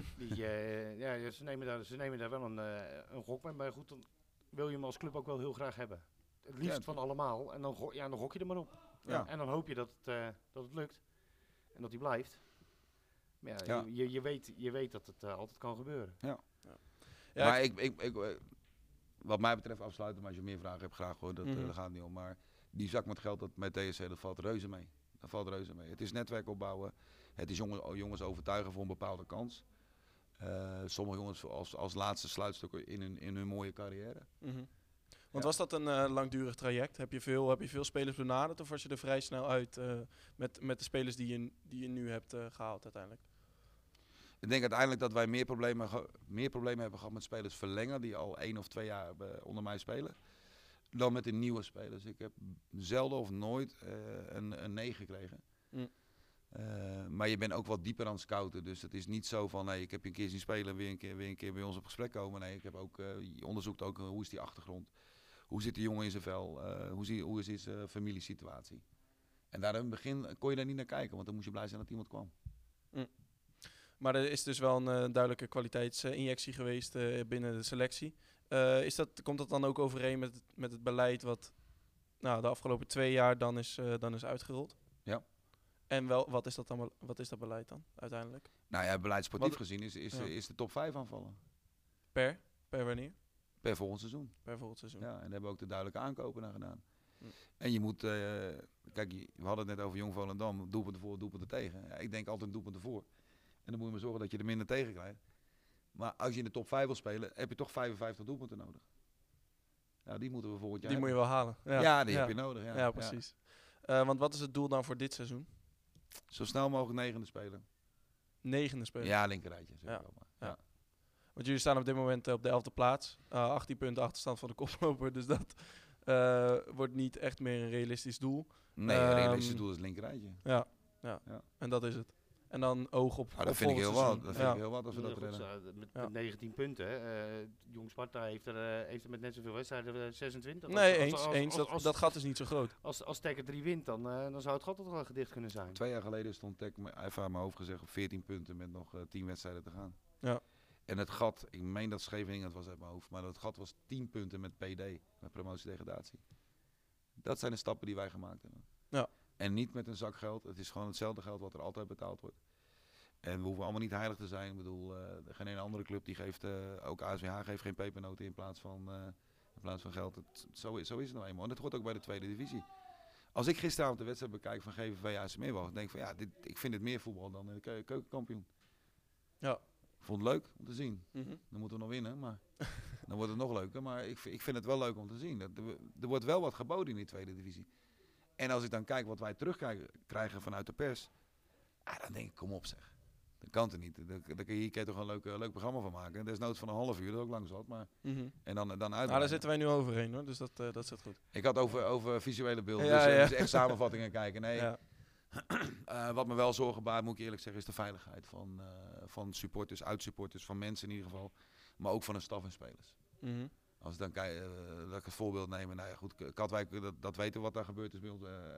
Ze nemen daar wel een gok mee. Maar goed, dan wil je hem als club ook wel heel graag hebben. Het liefst van allemaal. En dan gok je er maar op. Ja. En dan hoop je dat het lukt. En dat hij blijft. Maar Ja. je weet dat het altijd kan gebeuren. Ja, maar ik wat mij betreft afsluiten, maar als je meer vragen hebt, graag hoor, daar gaat het niet om. Maar die zak met geld dat met TSC, dat valt reuze mee. Dat valt reuze mee. Het is netwerk opbouwen. Het is jongens overtuigen voor een bepaalde kans. Sommige jongens als laatste sluitstukken in hun mooie carrière. Want was dat een langdurig traject? Heb je veel spelers benaderd of was je er vrij snel uit met de spelers die je nu hebt gehaald uiteindelijk? Ik denk uiteindelijk dat wij meer problemen hebben gehad met spelers verlengen die al 1 of 2 jaar onder mij spelen, dan met de nieuwe spelers. Ik heb zelden of nooit een nee gekregen. Maar je bent ook wat dieper aan het scouten. Dus het is niet zo van, nee, ik heb je een keer zien spelen, weer een keer bij ons op gesprek komen. Nee, ik heb ook, je onderzoekt ook hoe is die achtergrond. Hoe zit die jongen in zijn vel? Hoe is zijn familiesituatie? En daar in het begin kon je daar niet naar kijken, want dan moest je blij zijn dat iemand kwam. Maar er is dus wel een duidelijke kwaliteitsinjectie geweest binnen de selectie. Komt dat dan ook overeen met het beleid wat de afgelopen 2 jaar dan is uitgerold? Ja. En wat is dat beleid dan uiteindelijk? Nou ja, beleidsportief Wat- gezien is de top 5 aanvallen. Per wanneer? Per volgend seizoen. Per volgend seizoen. Ja, en daar hebben we ook de duidelijke aankopen naar gedaan. Hm. En je moet, kijk, we hadden het net over Jong Volendam, doelpunten voor, doelpunten tegen. Ja, ik denk altijd doelpunten voor. En dan moet je maar zorgen dat je er minder tegen krijgt. Maar als je in de top 5 wil spelen, heb je toch 55 doelpunten nodig. Nou, die moeten we volgend jaar Die moet je wel halen. Ja, die heb je nodig. Ja, Ja, precies. Want wat is het doel dan voor dit seizoen? Zo snel mogelijk 9e spelen. 9e spelen. Ja, linkerrijtje. Zeg Ja. ik wel maar. Ja. Want jullie staan op dit moment op de 11e plaats. 18 punten achterstand van de koploper. Dus dat wordt niet echt meer een realistisch doel. Nee, een realistisch doel is linkerrijtje. Ja. Ja. En dat is het. En dan oog op Dat vind ik heel wat. Dat vind ik heel wat als we dat redden. Met 19 punten. Jong Sparta heeft er met net zoveel wedstrijden 26. Nee, eens. Dat gat is niet zo groot. Als Tekker 3 wint, dan zou het gat toch wel gedicht kunnen zijn. 2 jaar geleden stond Tek, even aan mijn hoofd gezegd, op 14 punten met nog 10 wedstrijden te gaan. Ja. En het gat, ik meen dat Scheveningen, het was uit mijn hoofd, maar dat gat was 10 punten met PD, met promotie-degradatie. Dat zijn de stappen die wij gemaakt hebben. Ja. En niet met een zak geld, het is gewoon hetzelfde geld wat er altijd betaald wordt. En we hoeven allemaal niet heilig te zijn. Ik bedoel, geen ene andere club die geeft, ook ASWH geeft geen pepernoten in plaats van geld. Zo is het nou eenmaal. En dat hoort ook bij de tweede divisie. Als ik gisteravond de wedstrijd bekijk van GVV AC Meerwoud, denk ik van ja, ik vind dit meer voetbal dan in de keukenkampioen. Ja. Ik vond het leuk om te zien. Mhm. Dan moeten we nog winnen, maar dan wordt het nog leuker. Maar ik vind het wel leuk om te zien. Er wordt wel wat geboden in die tweede divisie. En als ik dan kijk wat wij terugkrijgen vanuit de pers, dan denk ik, kom op zeg. Dat kan het niet. Daar kun je toch een leuk programma van maken. Desnoods van een half uur, dat is ook lang zat. Maar, en dan uit. Daar zitten wij nu overheen hoor, dus dat zit goed. Ik had over visuele beelden, Ja, dus ja. echt samenvattingen kijken. Nee, Ja. wat me wel zorgen baart, moet ik eerlijk zeggen, is de veiligheid van supporters, uitsupporters, van mensen in ieder geval. Maar ook van de staf en spelers. Mhm. Als ik dan kijk, dat ik het voorbeeld neem, nou ja goed, Katwijk, dat weten we wat daar gebeurd is bij ons.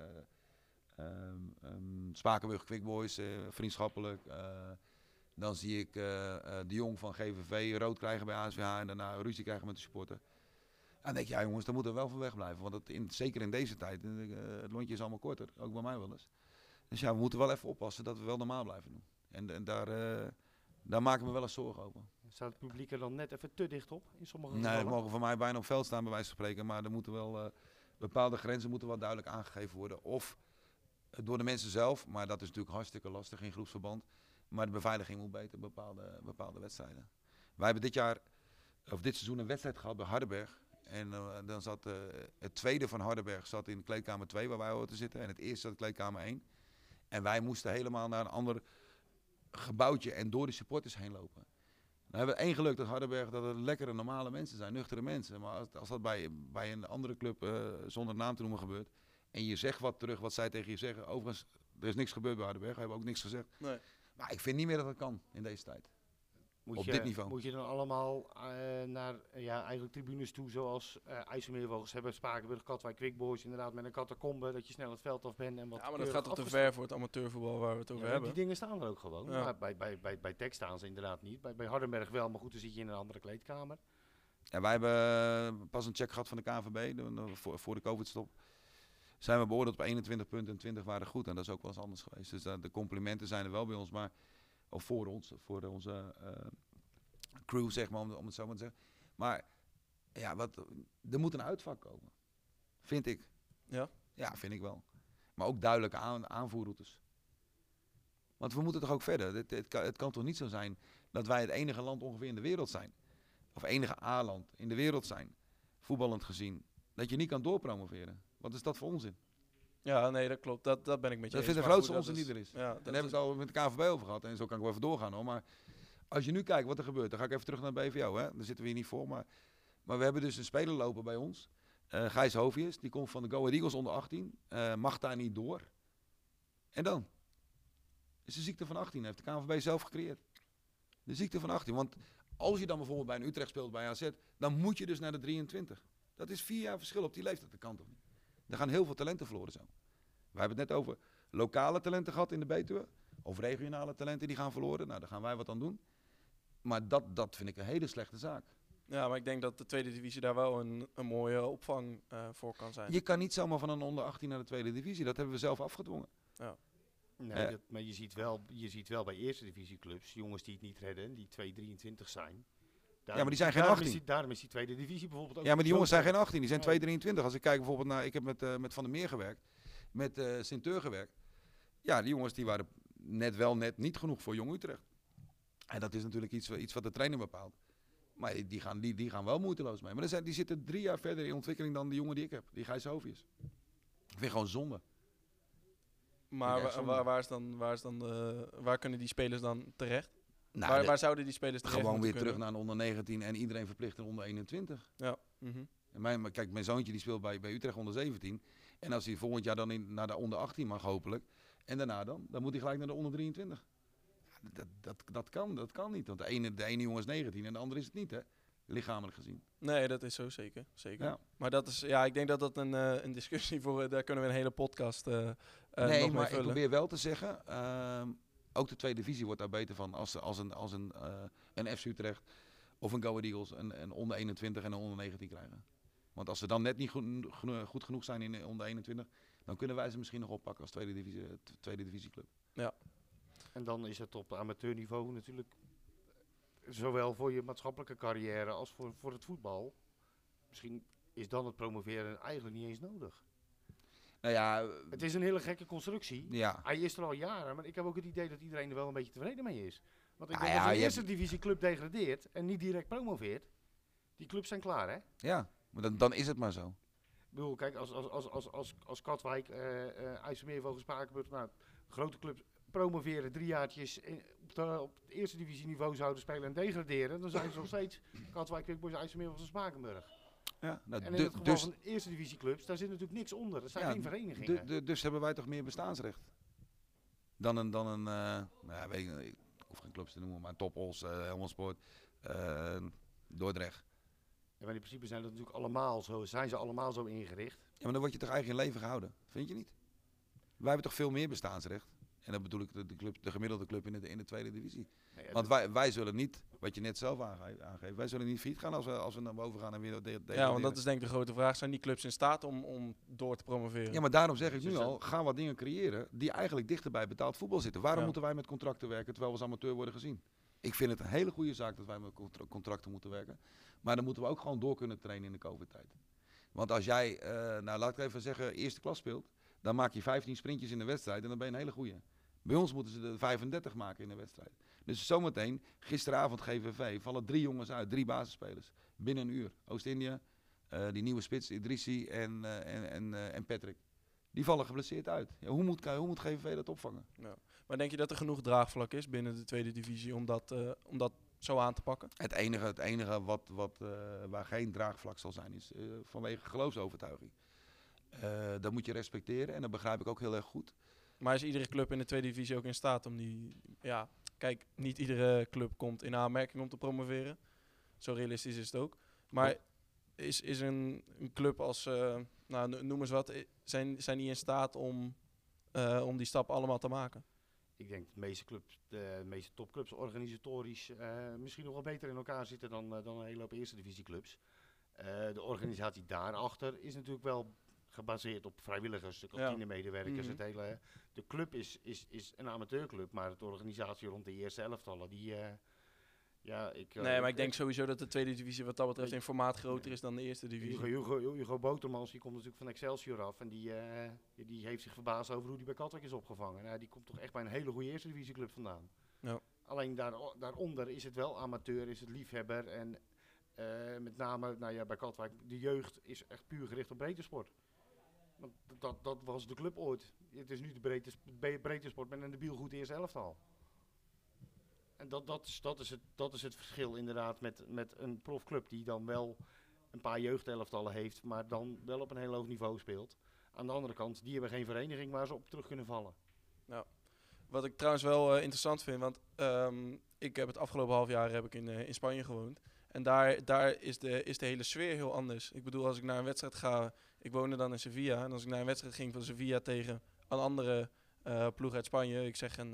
Spakenburg, Quick Boys, vriendschappelijk. Dan zie ik de Jong van GVV rood krijgen bij ASWH en daarna ruzie krijgen met de supporter. En dan denk je, ja jongens, daar moeten we wel van weg blijven. Want zeker in deze tijd, het lontje is allemaal korter, ook bij mij wel eens. Dus ja, we moeten wel even oppassen dat we wel normaal blijven doen. En daar maken we wel eens zorgen over. Staat het publiek er dan net even te dicht op in sommige Nee, gevallen? we mogen van mij bijna op veld staan bij wijze van spreken. Maar er moeten wel bepaalde grenzen moeten wel duidelijk aangegeven worden. Of door de mensen zelf, maar dat is natuurlijk hartstikke lastig in groepsverband. Maar de beveiliging moet beter, bepaalde wedstrijden. Wij hebben dit seizoen een wedstrijd gehad bij Hardenberg. En dan zat het tweede van Hardenberg zat in kleedkamer 2 waar wij horen te zitten. En het eerste zat in kleedkamer 1. En wij moesten helemaal naar een ander gebouwtje en door de supporters heen lopen. Dan hebben we één geluk dat Hardenberg dat het lekkere normale mensen zijn, nuchtere mensen. Maar als dat bij een andere club zonder naam te noemen gebeurt. En je zegt wat terug wat zij tegen je zeggen. Overigens, er is niks gebeurd bij Hardenberg. We hebben ook niks gezegd. Nee. Maar ik vind niet meer dat dat kan in deze tijd. Op dit niveau. Moet je dan allemaal naar eigenlijk tribunes toe, zoals IJsselmeervogels hebben, Spakenburg, Katwijk, Quick Boys, inderdaad met een catacombe, dat je snel het veld af bent en wat. Ja, maar dat gaat toch te ver voor het amateurvoetbal waar we het over hebben. Die dingen staan er ook gewoon. Ja. Maar bij Tek staan ze inderdaad niet. Bij Hardenberg wel, maar goed, dan zit je in een andere kleedkamer. Ja, wij hebben pas een check gehad van de KNVB voor de COVID-stop. Zijn we beoordeeld op 21 punten en 20 waren goed. En dat is ook wel eens anders geweest. Dus de complimenten zijn er wel bij ons, maar of voor onze crew, zeg maar, om het zo maar te zeggen. Maar ja, er moet een uitvak komen. Vind ik. Ja? Ja, vind ik wel. Maar ook duidelijke aanvoerroutes. Want we moeten toch ook verder. Het kan toch niet zo zijn dat wij het enige land ongeveer in de wereld zijn. Of enige A-land in de wereld zijn. Voetballend gezien. Dat je niet kan doorpromoveren. Wat is dat voor onzin? Ja, nee, dat klopt. Dat ben ik met je Dat eens. vind ik de Maar grootste goed, onzin die er is. Ja, En dat daar hebben we het al met de KNVB over gehad. En zo kan ik wel even doorgaan hoor. Maar als je nu kijkt wat er gebeurt. Dan ga ik even terug naar BVO. Hè. Daar zitten we hier niet voor. Maar we hebben dus een speler lopen bij ons. Gijs Hovius. Die komt van de Go Ahead Eagles onder 18. Mag daar niet door. En dan? Is de ziekte van 18. Heeft de KNVB zelf gecreëerd. De ziekte van 18. Want als je dan bijvoorbeeld bij een Utrecht speelt bij AZ. Dan moet je dus naar de 23. Dat is 4 jaar verschil op die leeftijd. Dat kan toch niet? Er gaan heel veel talenten verloren zo. We hebben het net over lokale talenten gehad in de Betuwe. Of regionale talenten die gaan verloren. Nou, daar gaan wij wat aan doen. Maar dat vind ik een hele slechte zaak. Ja, maar ik denk dat de tweede divisie daar wel een mooie opvang voor kan zijn. Je kan niet zomaar van een onder 18 naar de tweede divisie. Dat hebben we zelf afgedwongen. Nee, maar je ziet wel bij eerste divisieclubs, jongens die het niet redden, die 2,23 zijn. Ja, maar die zijn geen 18. Daarom is die tweede divisie bijvoorbeeld ook. Ja, maar die jongens zijn geen 18, die zijn Nee. 2,23. Als ik kijk bijvoorbeeld naar, ik heb met Van der Meer gewerkt, met Sint-Teur gewerkt. Ja, die jongens die waren net niet genoeg voor Jong Utrecht. En dat is natuurlijk iets wat de trainer bepaalt. Maar die gaan wel moeiteloos mee. Maar die zitten 3 jaar verder in ontwikkeling dan de jongen die ik heb, die Gijs Hovius. Ik vind gewoon zonde. Maar Ja, zonde. waar kunnen die spelers dan terecht? Nou, Waar zouden die spelers terecht gewoon weer moeten terug naar een onder 19 en iedereen verplicht een onder 21. Ja. Mhm. En kijk, mijn zoontje die speelt bij Utrecht onder 17. En als hij volgend jaar dan naar de onder 18 mag hopelijk. En daarna dan moet hij gelijk naar de onder 23. Dat kan niet. Want de ene jongen is 19 en de andere is het niet, hè? Lichamelijk gezien. Nee, dat is zo zeker. Ja. Maar dat is, ik denk dat dat een discussie voor, daar kunnen we een hele podcast nog Nee, mee maar ik vullen. probeer wel te zeggen, ook de tweede divisie wordt daar beter van als een FC Utrecht of een Go Ahead Eagles een onder 21 en een onder 19 krijgen. Want als ze dan net niet goed genoeg zijn in de onder 21, dan kunnen wij ze misschien nog oppakken als tweede divisieclub. Ja. En dan is het op amateurniveau natuurlijk, zowel voor je maatschappelijke carrière als voor het voetbal, misschien is dan het promoveren eigenlijk niet eens nodig. Nou ja, Het is een hele gekke constructie. ja. Hij is er al jaren, maar ik heb ook het idee dat iedereen er wel een beetje tevreden mee is. Want ik Nou denk ja, als een je eerste divisieclub degradeert en niet direct promoveert, die clubs zijn klaar, hè? Ja, maar dan is het maar zo. Ik bedoel, kijk, als Katwijk, IJsselmeervogel, Spakenburg, nou, grote clubs promoveren 3 jaartjes op het eerste divisieniveau zouden spelen en degraderen, dan zijn ze nog steeds Katwijk, Quickboys, IJsselmeervogel en Spakenburg. Ja, nou, En in het geval van de eerste divisieclubs, daar zit natuurlijk niks onder. Dat zijn geen verenigingen. Dus hebben wij toch meer bestaansrecht dan een weet ik hoef geen clubs te noemen, maar Toppels, Helmond Sport, Dordrecht. Ja, maar in principe zijn dat natuurlijk allemaal zo, zijn ze allemaal zo ingericht. Ja, maar dan word je toch eigenlijk in leven gehouden, vind je niet? Wij hebben toch veel meer bestaansrecht? En dat bedoel ik de gemiddelde club in de tweede divisie. Nee, Want wij zullen niet, wat je net zelf aangeeft, wij zullen niet failliet gaan als we naar boven gaan en weer degraderen. Ja, want dat is denk ik de grote vraag. Zijn die clubs in staat om door te promoveren? Ja, maar daarom zeg ik nu Dus al, ga wat dingen creëren die eigenlijk dichter bij betaald voetbal zitten. Waarom Ja. moeten wij met contracten werken terwijl we als amateur worden gezien? Ik vind het een hele goede zaak dat wij met contracten moeten werken. Maar dan moeten we ook gewoon door kunnen trainen in de COVID-tijd. Want als jij, laat ik even zeggen, eerste klas speelt, dan maak je 15 sprintjes in de wedstrijd en dan ben je een hele goeie. Bij ons moeten ze er 35 maken in de wedstrijd. Dus zometeen, gisteravond GVV, vallen 3 jongens uit, 3 basisspelers. Binnen een uur. Oost-Indië, die nieuwe spits, Idrissi en Patrick. Die vallen geblesseerd uit. Ja, hoe moet GVV dat opvangen? Ja. Maar denk je dat er genoeg draagvlak is binnen de tweede divisie om dat zo aan te pakken? Het enige waar geen draagvlak zal zijn is vanwege geloofsovertuiging. Dat moet je respecteren en dat begrijp ik ook heel erg goed. Maar is iedere club in de tweede divisie ook in staat om die... Ja, kijk, niet iedere club komt in aanmerking om te promoveren. Zo realistisch is het ook. Maar is een club als, noem eens wat, zijn die in staat om die stap allemaal te maken? Ik denk dat de meeste topclubs organisatorisch misschien nog wel beter in elkaar zitten dan een hele hoop eerste divisieclubs. De organisatie daarachter is natuurlijk wel gebaseerd op vrijwilligers, de kantinemedewerkers. Mhm. De club is een amateurclub, maar de organisatie rond de eerste elftallen, Nee, maar ik denk sowieso dat de tweede divisie wat dat betreft in formaat groter is dan de eerste divisie. Hugo Botermans, die komt natuurlijk van Excelsior af en die heeft zich verbaasd over hoe die bij Katwijk is opgevangen. Nou, die komt toch echt bij een hele goede eerste divisieclub vandaan. Ja. Alleen daaronder is het wel amateur, is het liefhebber en met name bij Katwijk, de jeugd is echt puur gericht op breedte sport. Want dat was de club ooit. Het is nu de breedte sport met een debiel goed eerste elftal. En dat is het verschil inderdaad met een profclub die dan wel een paar jeugdelftallen heeft, maar dan wel op een heel hoog niveau speelt. Aan de andere kant, die hebben geen vereniging waar ze op terug kunnen vallen. Ja. Wat ik trouwens wel interessant vind, want ik heb het afgelopen half jaar heb ik in Spanje gewoond. En daar is de hele sfeer heel anders. Ik bedoel, als ik naar een wedstrijd ga, ik woonde dan in Sevilla. En als ik naar een wedstrijd ging van Sevilla tegen een andere ploeg uit Spanje, ik zeg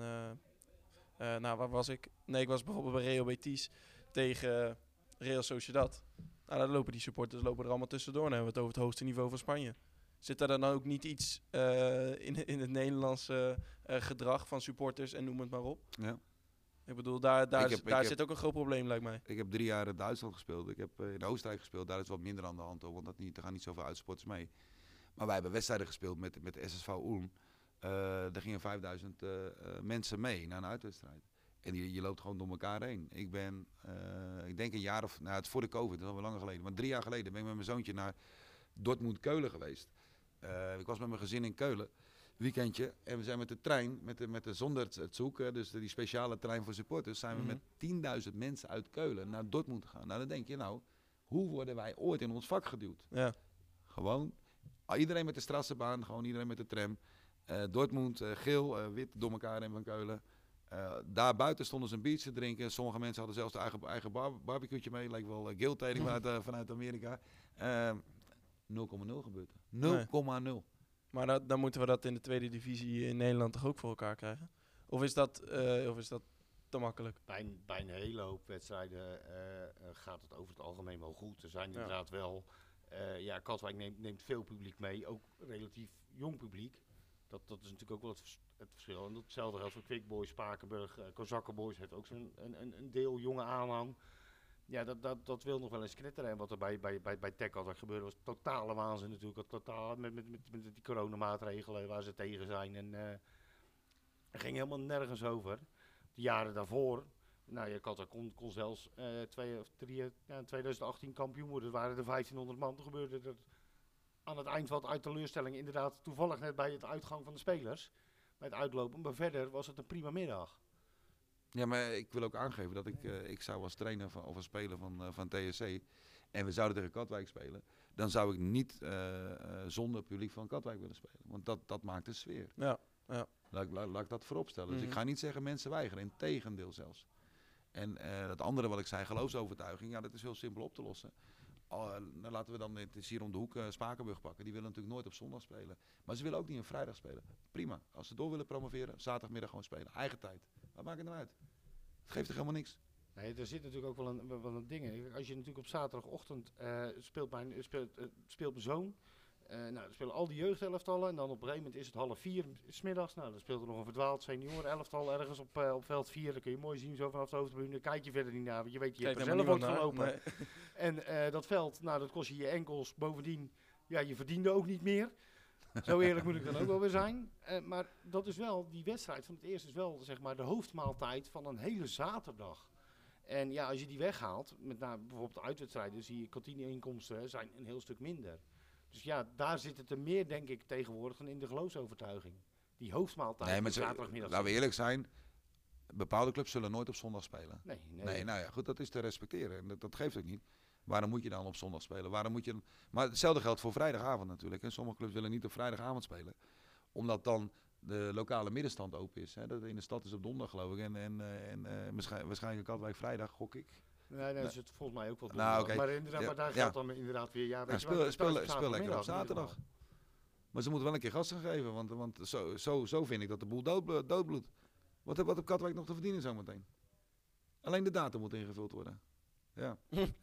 waar was ik? Nee, ik was bijvoorbeeld bij Real Betis tegen Real Sociedad. Nou, daar lopen die supporters er allemaal tussendoor. Dan hebben we het over het hoogste niveau van Spanje. Zit daar dan ook niet iets in het Nederlandse gedrag van supporters en noem het maar op? Ja. Ik bedoel, daar Ik zit ook een groot probleem, lijkt mij. Ik heb 3 jaar in Duitsland gespeeld. Ik heb in Oostenrijk gespeeld. Daar is wat minder aan de hand, hoor, want er gaan niet zoveel uitsporters mee. Maar wij hebben wedstrijden gespeeld met SSV Ulm. Daar gingen 5000 mensen mee naar een uitwedstrijd. En je loopt gewoon door elkaar heen. Ik denk een jaar of, nou het is voor de COVID, dat is alweer langer geleden. Maar 3 jaar geleden ben ik met mijn zoontje naar Dortmund-Keulen geweest. Ik was met mijn gezin in Keulen, weekendje. En we zijn met de trein, met de Zonderzug, dus die speciale trein voor supporters, zijn we met 10.000 mensen uit Keulen naar Dortmund gegaan. Nou, dan denk je, hoe worden wij ooit in ons vak geduwd? Ja. Gewoon, iedereen met de Strassenbaan, gewoon iedereen met de tram. Dortmund, geel, wit, door elkaar heen van Keulen. Daar buiten stonden ze een biertje te drinken. Sommige mensen hadden zelfs de eigen barbecue'tje mee. Lijkt wel guildtailing vanuit Amerika. 0,0 gebeurt er. 0,0. Maar dan moeten we dat in de tweede divisie in Nederland toch ook voor elkaar krijgen? Of is dat te makkelijk? Bij een hele hoop wedstrijden gaat het over het algemeen wel goed. Er zijn inderdaad wel... Katwijk neemt veel publiek mee, ook relatief jong publiek. Dat is natuurlijk ook wel het verschil. En hetzelfde geldt voor Quick Boys, Spakenburg, Kozakkenboys heeft ook zo'n een deel jonge aanhang. Ja, dat wil nog wel eens knetteren. En wat er bij Tech altijd gebeurde was totale waanzin natuurlijk. Totaal met die coronamaatregelen waar ze tegen zijn. En er ging helemaal nergens over. De jaren daarvoor, Katwijk kon zelfs 2018 kampioen worden. Er waren er 1500 man. Toen gebeurde er aan het eind wat uit teleurstelling inderdaad toevallig net bij het uitgang van de spelers. Bij het uitlopen. Maar verder was het een prima middag. Ja, maar ik wil ook aangeven dat ik zou als trainer of als speler van TSC en we zouden tegen Katwijk spelen, dan zou ik niet zonder publiek van Katwijk willen spelen. Want dat maakt de sfeer. Ja. Laat ik dat voorop stellen. Dus ik ga niet zeggen mensen weigeren, integendeel zelfs. En het andere wat ik zei, geloofsovertuiging, dat is heel simpel op te lossen. Laten we dan, het is hier om de hoek, Spakenburg pakken. Die willen natuurlijk nooit op zondag spelen. Maar ze willen ook niet een vrijdag spelen. Prima. Als ze door willen promoveren, zaterdagmiddag gewoon spelen. Eigen tijd. Wat maakt het nou uit? Het geeft toch helemaal niks? Nee, er zit natuurlijk ook wel een ding in. Als je natuurlijk op zaterdagochtend speelt mijn zoon. Dan spelen al die jeugdelftallen. En dan op een gegeven moment is het 3:30 'smiddags. Dan speelt er nog een verdwaald seniorenelftal ergens op veld 4. Dan kun je mooi zien zo vanaf de hoofdtribune. Dan kijk je verder niet naar, want je weet, je hebt er zelf ook gelopen. Nee. En dat veld, dat kost je enkels. Bovendien, je verdiende ook niet meer. Zo eerlijk moet ik dan ook wel weer zijn. Maar dat is wel, die wedstrijd van het eerste is wel zeg maar de hoofdmaaltijd van een hele zaterdag. En als je die weghaalt, met bijvoorbeeld de uitwedstrijden, zie je kantineinkomsten zijn een heel stuk minder. Dus daar zit het er meer, denk ik, tegenwoordig dan in de geloofsovertuiging. Die hoofdmaaltijd nee, zaterdagmiddag. Laten we eerlijk zijn, bepaalde clubs zullen nooit op zondag spelen. Nee. Goed, dat is te respecteren. En dat geeft ook niet. Waarom moet je dan op zondag spelen? Maar hetzelfde geldt voor vrijdagavond natuurlijk. En sommige clubs willen niet op vrijdagavond spelen. Omdat dan de lokale middenstand open is. Hè. Dat in de stad is op donderdag geloof ik. En waarschijnlijk Katwijk vrijdag, gok ik. Nee, dat is het volgens mij ook wel. Okay. Maar inderdaad, maar daar geldt dan inderdaad weer... Speel lekker op zaterdag. Maar ze moeten wel een keer gas gaan geven. Want zo vind ik dat de boel doodbloedt. Wat heeft Katwijk nog te verdienen zometeen? Alleen de datum moet ingevuld worden. Ja.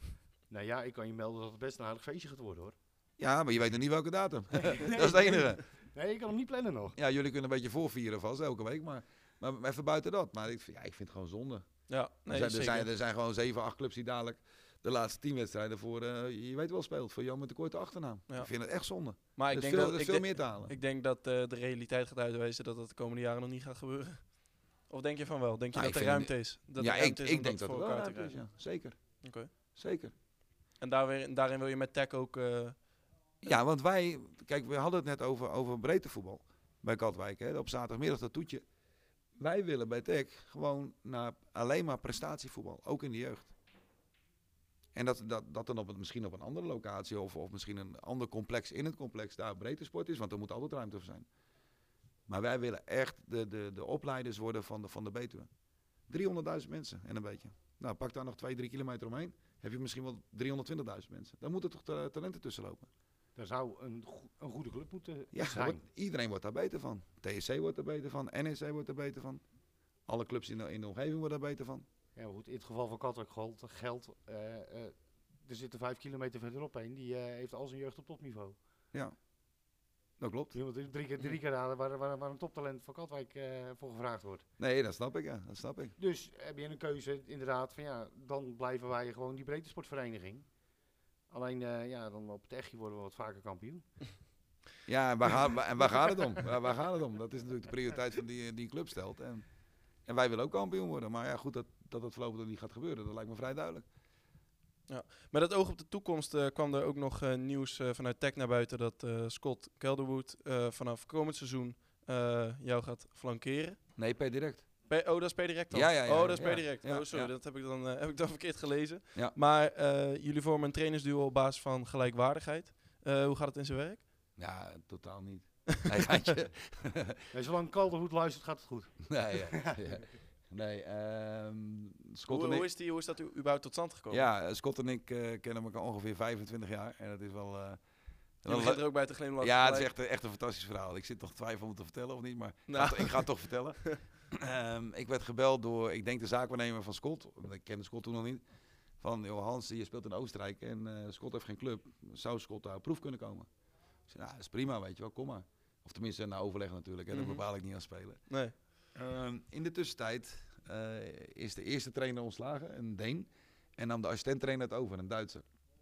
Ik kan je melden dat het best een aardig feestje gaat worden, hoor. Ja, maar je weet nog niet welke datum. Dat is het enige. Nee, ik kan hem niet plannen nog. Ja, jullie kunnen een beetje voorvieren vast elke week, maar even buiten dat. Maar ik vind het gewoon zonde. Ja, nee, er zijn gewoon 7, 8 clubs die dadelijk de laatste 10 wedstrijden voor, je weet wel, speelt. Voor Jan met de korte achternaam. Ja. Ik vind het echt zonde. Maar ik denk dat er veel meer te halen. Ik denk dat de realiteit gaat uitwijzen dat dat de komende jaren nog niet gaat gebeuren. Of denk je van wel? Denk je dat er ruimte is? Ik denk dat er wel ruimte is, ja. Zeker. Okay. Zeker. En daarin wil je met Tech ook... Ja, want we hadden het net over breedtevoetbal bij Katwijk. Hè, op zaterdagmiddag dat toetje. Wij willen bij Tech gewoon naar alleen maar prestatievoetbal, ook in de jeugd. En dat dan misschien op een andere locatie of misschien een ander complex in het complex daar breedtesport is, want er moet altijd ruimte voor zijn. Maar wij willen echt de opleiders worden van de Betuwe. 300.000 mensen en een beetje. Nou, pak daar nog 2-3 kilometer omheen. Heb je misschien wel 320.000 mensen. Dan moeten toch talenten tussen lopen. Daar zou een goede club moeten zijn. Iedereen wordt daar beter van. TSC wordt er beter van. NEC wordt er beter van. Alle clubs in de omgeving worden er beter van. Ja, goed. In het geval van Katwijk geldt. Er zit er 5 kilometer verderop heen. Die heeft al zijn jeugd op topniveau. Ja. Dat klopt. Iemand die drie keer raden waar een toptalent van Katwijk voor gevraagd wordt. Nee, dat snap ik, ja. Dat snap ik. Dus heb je een keuze inderdaad van ja, dan blijven wij gewoon die breedtesportvereniging. Alleen dan op het echtje worden we wat vaker kampioen. Ja, en waar gaat het om? Waar gaat het om? Dat is natuurlijk de prioriteit van die een club stelt. En wij willen ook kampioen worden. Maar ja, goed, dat voorlopig niet gaat gebeuren, dat lijkt me vrij duidelijk. Ja. Met het oog op de toekomst kwam er ook nog nieuws vanuit Tech naar buiten dat Scott Calderwood vanaf komend seizoen jou gaat flankeren. Nee, per direct. Dat is per direct dan? Ja. Oh, dat is per direct. Ja, Oh, sorry, ja. dat heb ik dan verkeerd gelezen. Ja. Maar jullie vormen een trainersduo op basis van gelijkwaardigheid. Hoe gaat het in zijn werk? Ja, totaal niet. Nee, geintje. Nee, zolang Calderwood luistert gaat het goed. Nee, ja. Nee, Scott en ik... Hoe is dat überhaupt tot stand gekomen? Ja, Scott en ik kennen elkaar ongeveer 25 jaar. En dat is wel... Je begint er ook bij te glimlachen. Ja, het is echt een fantastisch verhaal. Ik zit toch twijfel om het te vertellen of niet, maar ik ga het toch vertellen. Ik werd gebeld door, ik denk de zaakwaarnemer van Scott. Ik kende Scott toen nog niet. Van, joh, Hans, je speelt in Oostenrijk en Scott heeft geen club. Zou Scott daar op proef kunnen komen? Ik zei, nou, dat is prima, weet je wel, kom maar. Of tenminste, na overleg natuurlijk, hè, dat bepaal ik niet aan spelen. Nee. In de tussentijd is de eerste trainer ontslagen, een Deen. En nam de assistent-trainer het over, een Duitser.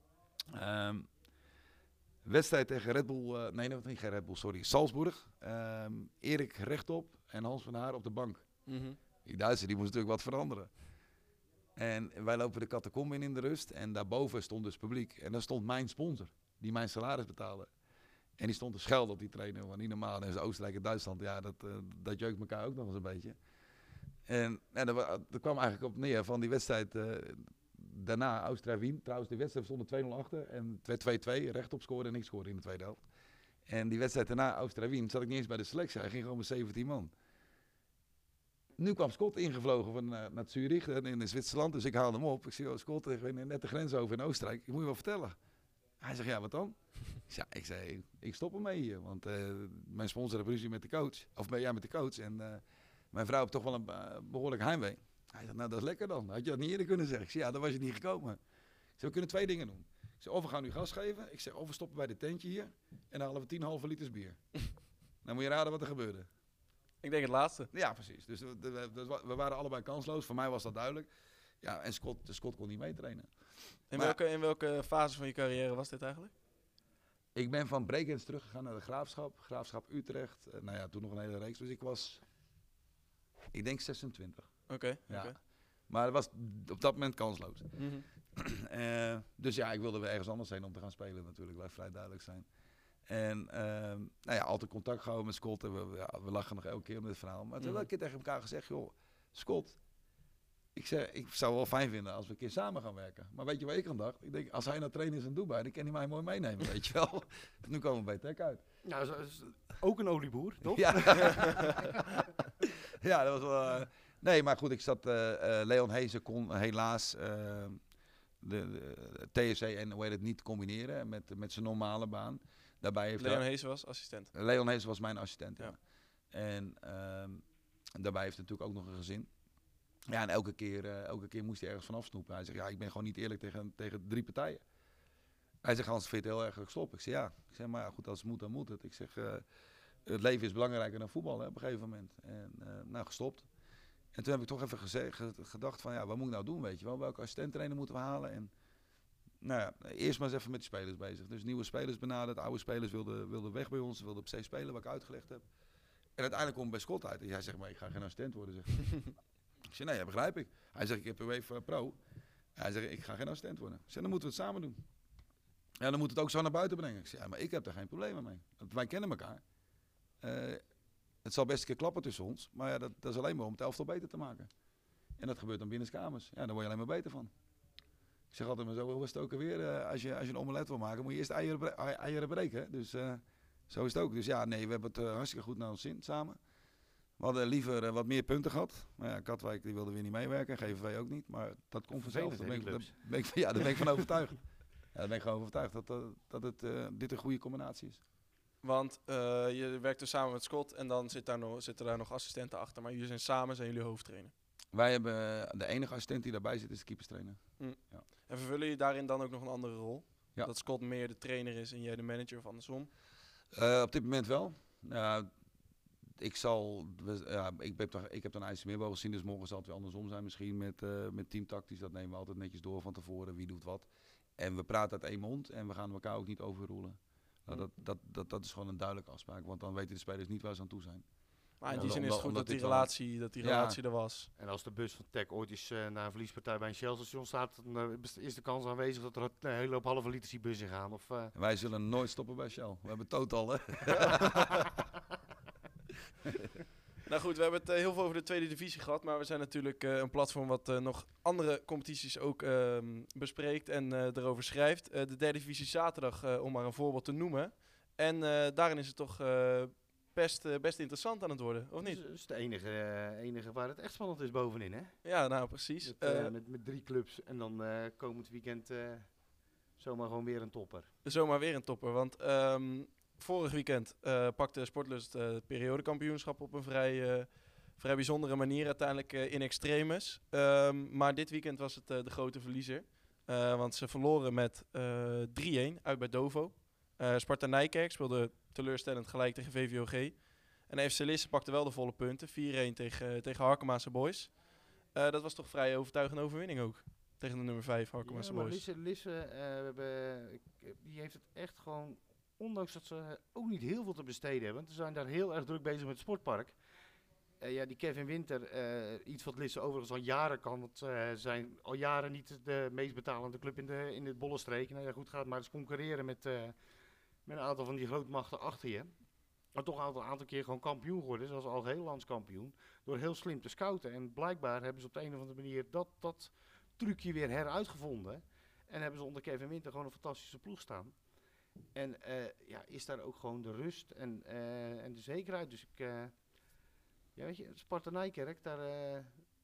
Wedstrijd tegen Red Bull, niet geen Red Bull, sorry, Salzburg. Erik rechtop en Hans van Haar op de bank. Die Duitser die moest natuurlijk wat veranderen. En wij lopen de catacombe in de rust en daarboven stond dus publiek. En daar stond mijn sponsor, die mijn salaris betaalde. En die stond te schelden op die trainer, want niet normaal. En Oostenrijk en Duitsland, ja, dat jeukt elkaar ook nog eens een beetje. En er kwam eigenlijk op neer van die wedstrijd daarna, Austria-Wien. Trouwens, die wedstrijd stond 2-0 achter en het werd 2-2, rechtop scoorde en ik scoorde in de tweede helft. En die wedstrijd daarna, Austria-Wien, zat ik niet eens bij de selectie. Hij ging gewoon met 17 man. Nu kwam Scott ingevlogen naar Zurich in Zwitserland, dus ik haalde hem op. Ik zei, Scott, ik ben net de grens over in Oostenrijk, ik moet je wel vertellen. Hij zegt, ja, wat dan? Ik zei, ik stop ermee hier, want mijn sponsor heeft ruzie met de coach. Of met de coach. En mijn vrouw heeft toch wel een behoorlijk heimwee. Hij zegt, nou, dat is lekker dan. Had je dat niet eerder kunnen zeggen? Ik zei, ja, dan was je niet gekomen. Ik zei, we kunnen 2 dingen doen. Ik zei, of we gaan nu gas geven. Ik zeg, of we stoppen bij de tentje hier en dan halen we 10 halve liters bier. Dan moet je raden wat er gebeurde. Ik denk het laatste. Ja, precies. Dus we waren allebei kansloos. Voor mij was dat duidelijk. Ja, en Scott kon niet meetrainen. In welke fase van je carrière was dit eigenlijk? Ik ben van Bregenz teruggegaan naar de Graafschap Utrecht. Nou ja, toen nog een hele reeks. Dus ik was, ik denk 26. Oké. Maar het was op dat moment kansloos. Dus ja, ik wilde weer ergens anders heen om te gaan spelen natuurlijk. Laat vrij duidelijk zijn. En altijd contact gehouden met Scott. En we lachen nog elke keer om dit verhaal. Maar toen heb ik een keer tegen elkaar gezegd, joh, Scott. Ik zou het wel fijn vinden als we een keer samen gaan werken. Maar weet je wat ik aan dacht? Ik denk, als hij nou trainer is in Dubai, dan kan hij mij mooi meenemen, weet je wel. Nu komen we bij Tech uit. Nou, dat is ook een olieboer, toch? Ja, ja, dat was wel... nee, maar goed, ik zat... Leon Heesen kon helaas de TSC en hoe heet het niet combineren met zijn normale baan. Daarbij heeft Leon Heesen was assistent. Leon Heesen was mijn assistent, ja. En daarbij heeft hij natuurlijk ook nog een gezin. Ja, en elke keer moest hij ergens van afsnoepen. Hij zegt, ja, ik ben gewoon niet eerlijk tegen 3 partijen. Hij zegt, Hans, vind je het heel erg dat ik stop? Ik zeg, ja. Ik zeg, maar ja, goed, als het moet, dan moet het. Ik zeg, het leven is belangrijker dan voetbal, hè, op een gegeven moment. En gestopt. En toen heb ik toch even gedacht van, ja, wat moet ik nou doen, weet je wel? Welke assistent-trainer moeten we halen? En nou ja, eerst maar eens even met de spelers bezig. Dus nieuwe spelers benaderd, oude spelers wilden weg bij ons, wilden op C spelen, wat ik uitgelegd heb. En uiteindelijk kom ik bij Scott uit. En hij zegt, maar ik ga geen assistent worden, zeg. Ik zeg, nee, dat begrijp ik. Hij zegt, ik heb een UEFA Pro. Hij zegt, ik ga geen assistent worden. Ik zeg, dan moeten we het samen doen. Ja, dan moet het ook zo naar buiten brengen. Ik zeg, ja, maar ik heb daar geen problemen mee. Want wij kennen elkaar. Het zal best een keer klappen tussen ons. Maar ja, dat is alleen maar om het elftal beter te maken. En dat gebeurt dan binnenskamers. Ja, daar word je alleen maar beter van. Ik zeg altijd maar zo, hoe is het ook alweer? Als je een omelet wil maken, moet je eerst eieren breken. Dus zo is het ook. Dus ja, nee, we hebben het hartstikke goed naar ons zin samen. We hadden liever wat meer punten gehad. Maar ja, Katwijk die wilde weer niet meewerken. GVV ook niet. Maar dat komt vanzelf. Daar ben ik van overtuigd. Ja, daar ben ik gewoon overtuigd dat dit een goede combinatie is. Want je werkt dus samen met Scott en dan zitten daar nog assistenten achter. Maar jullie zijn samen, zijn jullie hoofdtrainer. Wij hebben de enige assistent die daarbij zit, is de keeperstrainer. Ja. En vervullen je daarin dan ook nog een andere rol? Ja. Dat Scott meer de trainer is en jij de manager of andersom? Op dit moment wel. Ik heb dan IJsselmeerboog gezien, dus morgen zal het weer andersom zijn misschien met teamtactisch. Dat nemen we altijd netjes door van tevoren, wie doet wat. En we praten uit één mond en we gaan elkaar ook niet overroelen. Nou, dat is gewoon een duidelijke afspraak, want dan weten de spelers niet waar ze aan toe zijn. Maar in die zin is het goed dat die relatie er was. En als de bus van Tech ooit eens naar een verliespartij bij een Shell-station staat, dan is de kans aanwezig dat er een hele hoop halve liters die bus in gaan. Of, Wij zullen nooit stoppen bij Shell. We hebben Total, hè? Nou goed, we hebben het heel veel over de tweede divisie gehad, maar we zijn natuurlijk een platform wat nog andere competities ook bespreekt en erover schrijft. De derde divisie zaterdag, om maar een voorbeeld te noemen. En daarin is het toch best interessant aan het worden, of niet? Dat is de enige waar het echt spannend is bovenin, hè? Ja, nou precies. Met 3 clubs en dan komend weekend zomaar gewoon weer een topper. Zomaar weer een topper, want vorig weekend pakte Sportlust het periodekampioenschap op een vrij bijzondere manier, uiteindelijk in extremis. Maar dit weekend was het de grote verliezer, want ze verloren met 3-1 uit bij Dovo. Sparta Nijkerk speelde teleurstellend gelijk tegen VVOG. En FC Lisse pakte wel de volle punten, 4-1 tegen Harkemaanse Boys. Dat was toch vrij overtuigende overwinning ook, tegen de nummer 5 Harkemaanse Boys. Lisse die heeft het echt gewoon, ondanks dat ze ook niet heel veel te besteden hebben, want ze zijn daar heel erg druk bezig met het sportpark. Die Kevin Winter, iets wat Lisse overigens al jaren kan, want zijn al jaren niet de meest betalende club in de Bollenstreek. Nou ja, goed, gaat maar eens concurreren met een aantal van die grootmachten achter je. Maar toch een aantal keer gewoon kampioen geworden, zoals al heel landskampioen, door heel slim te scouten. En blijkbaar hebben ze op de een of andere manier dat trucje weer heruitgevonden. En hebben ze onder Kevin Winter gewoon een fantastische ploeg staan. En is daar ook gewoon de rust en de zekerheid. Dus weet je, Sparta Nijkerk, daar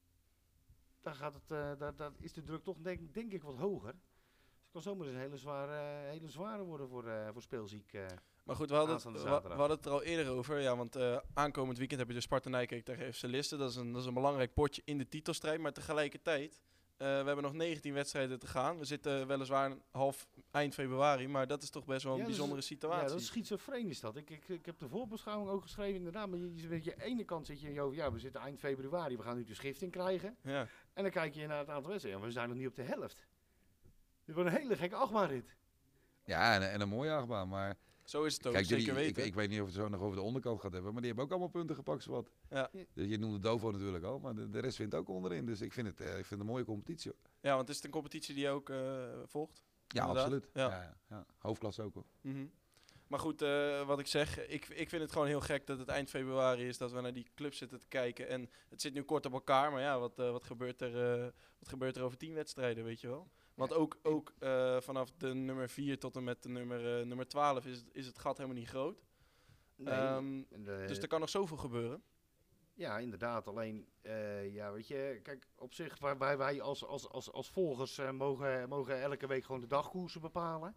is de druk toch denk ik wat hoger. Dus het kan zomaar eens een hele zware worden voor Speelziek. Maar goed, we hadden het er al eerder over. Ja, want aankomend weekend heb je de Sparta Nijkerk tegen FC Lisse. Dat is een belangrijk potje in de titelstrijd. Maar tegelijkertijd, we hebben nog 19 wedstrijden te gaan. We zitten weliswaar eind februari, maar dat is toch best wel een bijzondere situatie. Ja, dat is schizofreen is dat. Ik heb de voorbeschouwing ook geschreven inderdaad. Maar je ene kant zit je over, we zitten eind februari, we gaan nu de schifting krijgen. Ja. En dan kijk je naar het aantal wedstrijden. Ja, we zijn nog niet op de helft. Dit wordt een hele gekke achtbaanrit. Ja, en een mooie achtbaan, maar... Zo is het ook, kijk, zeker weten. Ik weet niet of we het zo nog over de onderkant gaat hebben, maar die hebben ook allemaal punten gepakt, zowat. Ja. Je noemde Dovo natuurlijk al, maar de rest vindt ook onderin. Dus ik vind het een mooie competitie. Hoor. Ja, want is het een competitie die je ook volgt? Ja, inderdaad? Absoluut. Ja. Hoofdklasse ook hoor. Mm-hmm. Maar goed, wat ik zeg, ik vind het gewoon heel gek dat het eind februari is, dat we naar die club zitten te kijken. En het zit nu kort op elkaar, maar ja, wat gebeurt er over 10 wedstrijden, weet je wel? Want ook vanaf de nummer 4 tot en met de nummer 12 is het gat helemaal niet groot. Nee, dus er kan nog zoveel gebeuren. Ja, inderdaad. Alleen, weet je, kijk, op zich, wij als volgers mogen elke week gewoon de dagkoersen bepalen.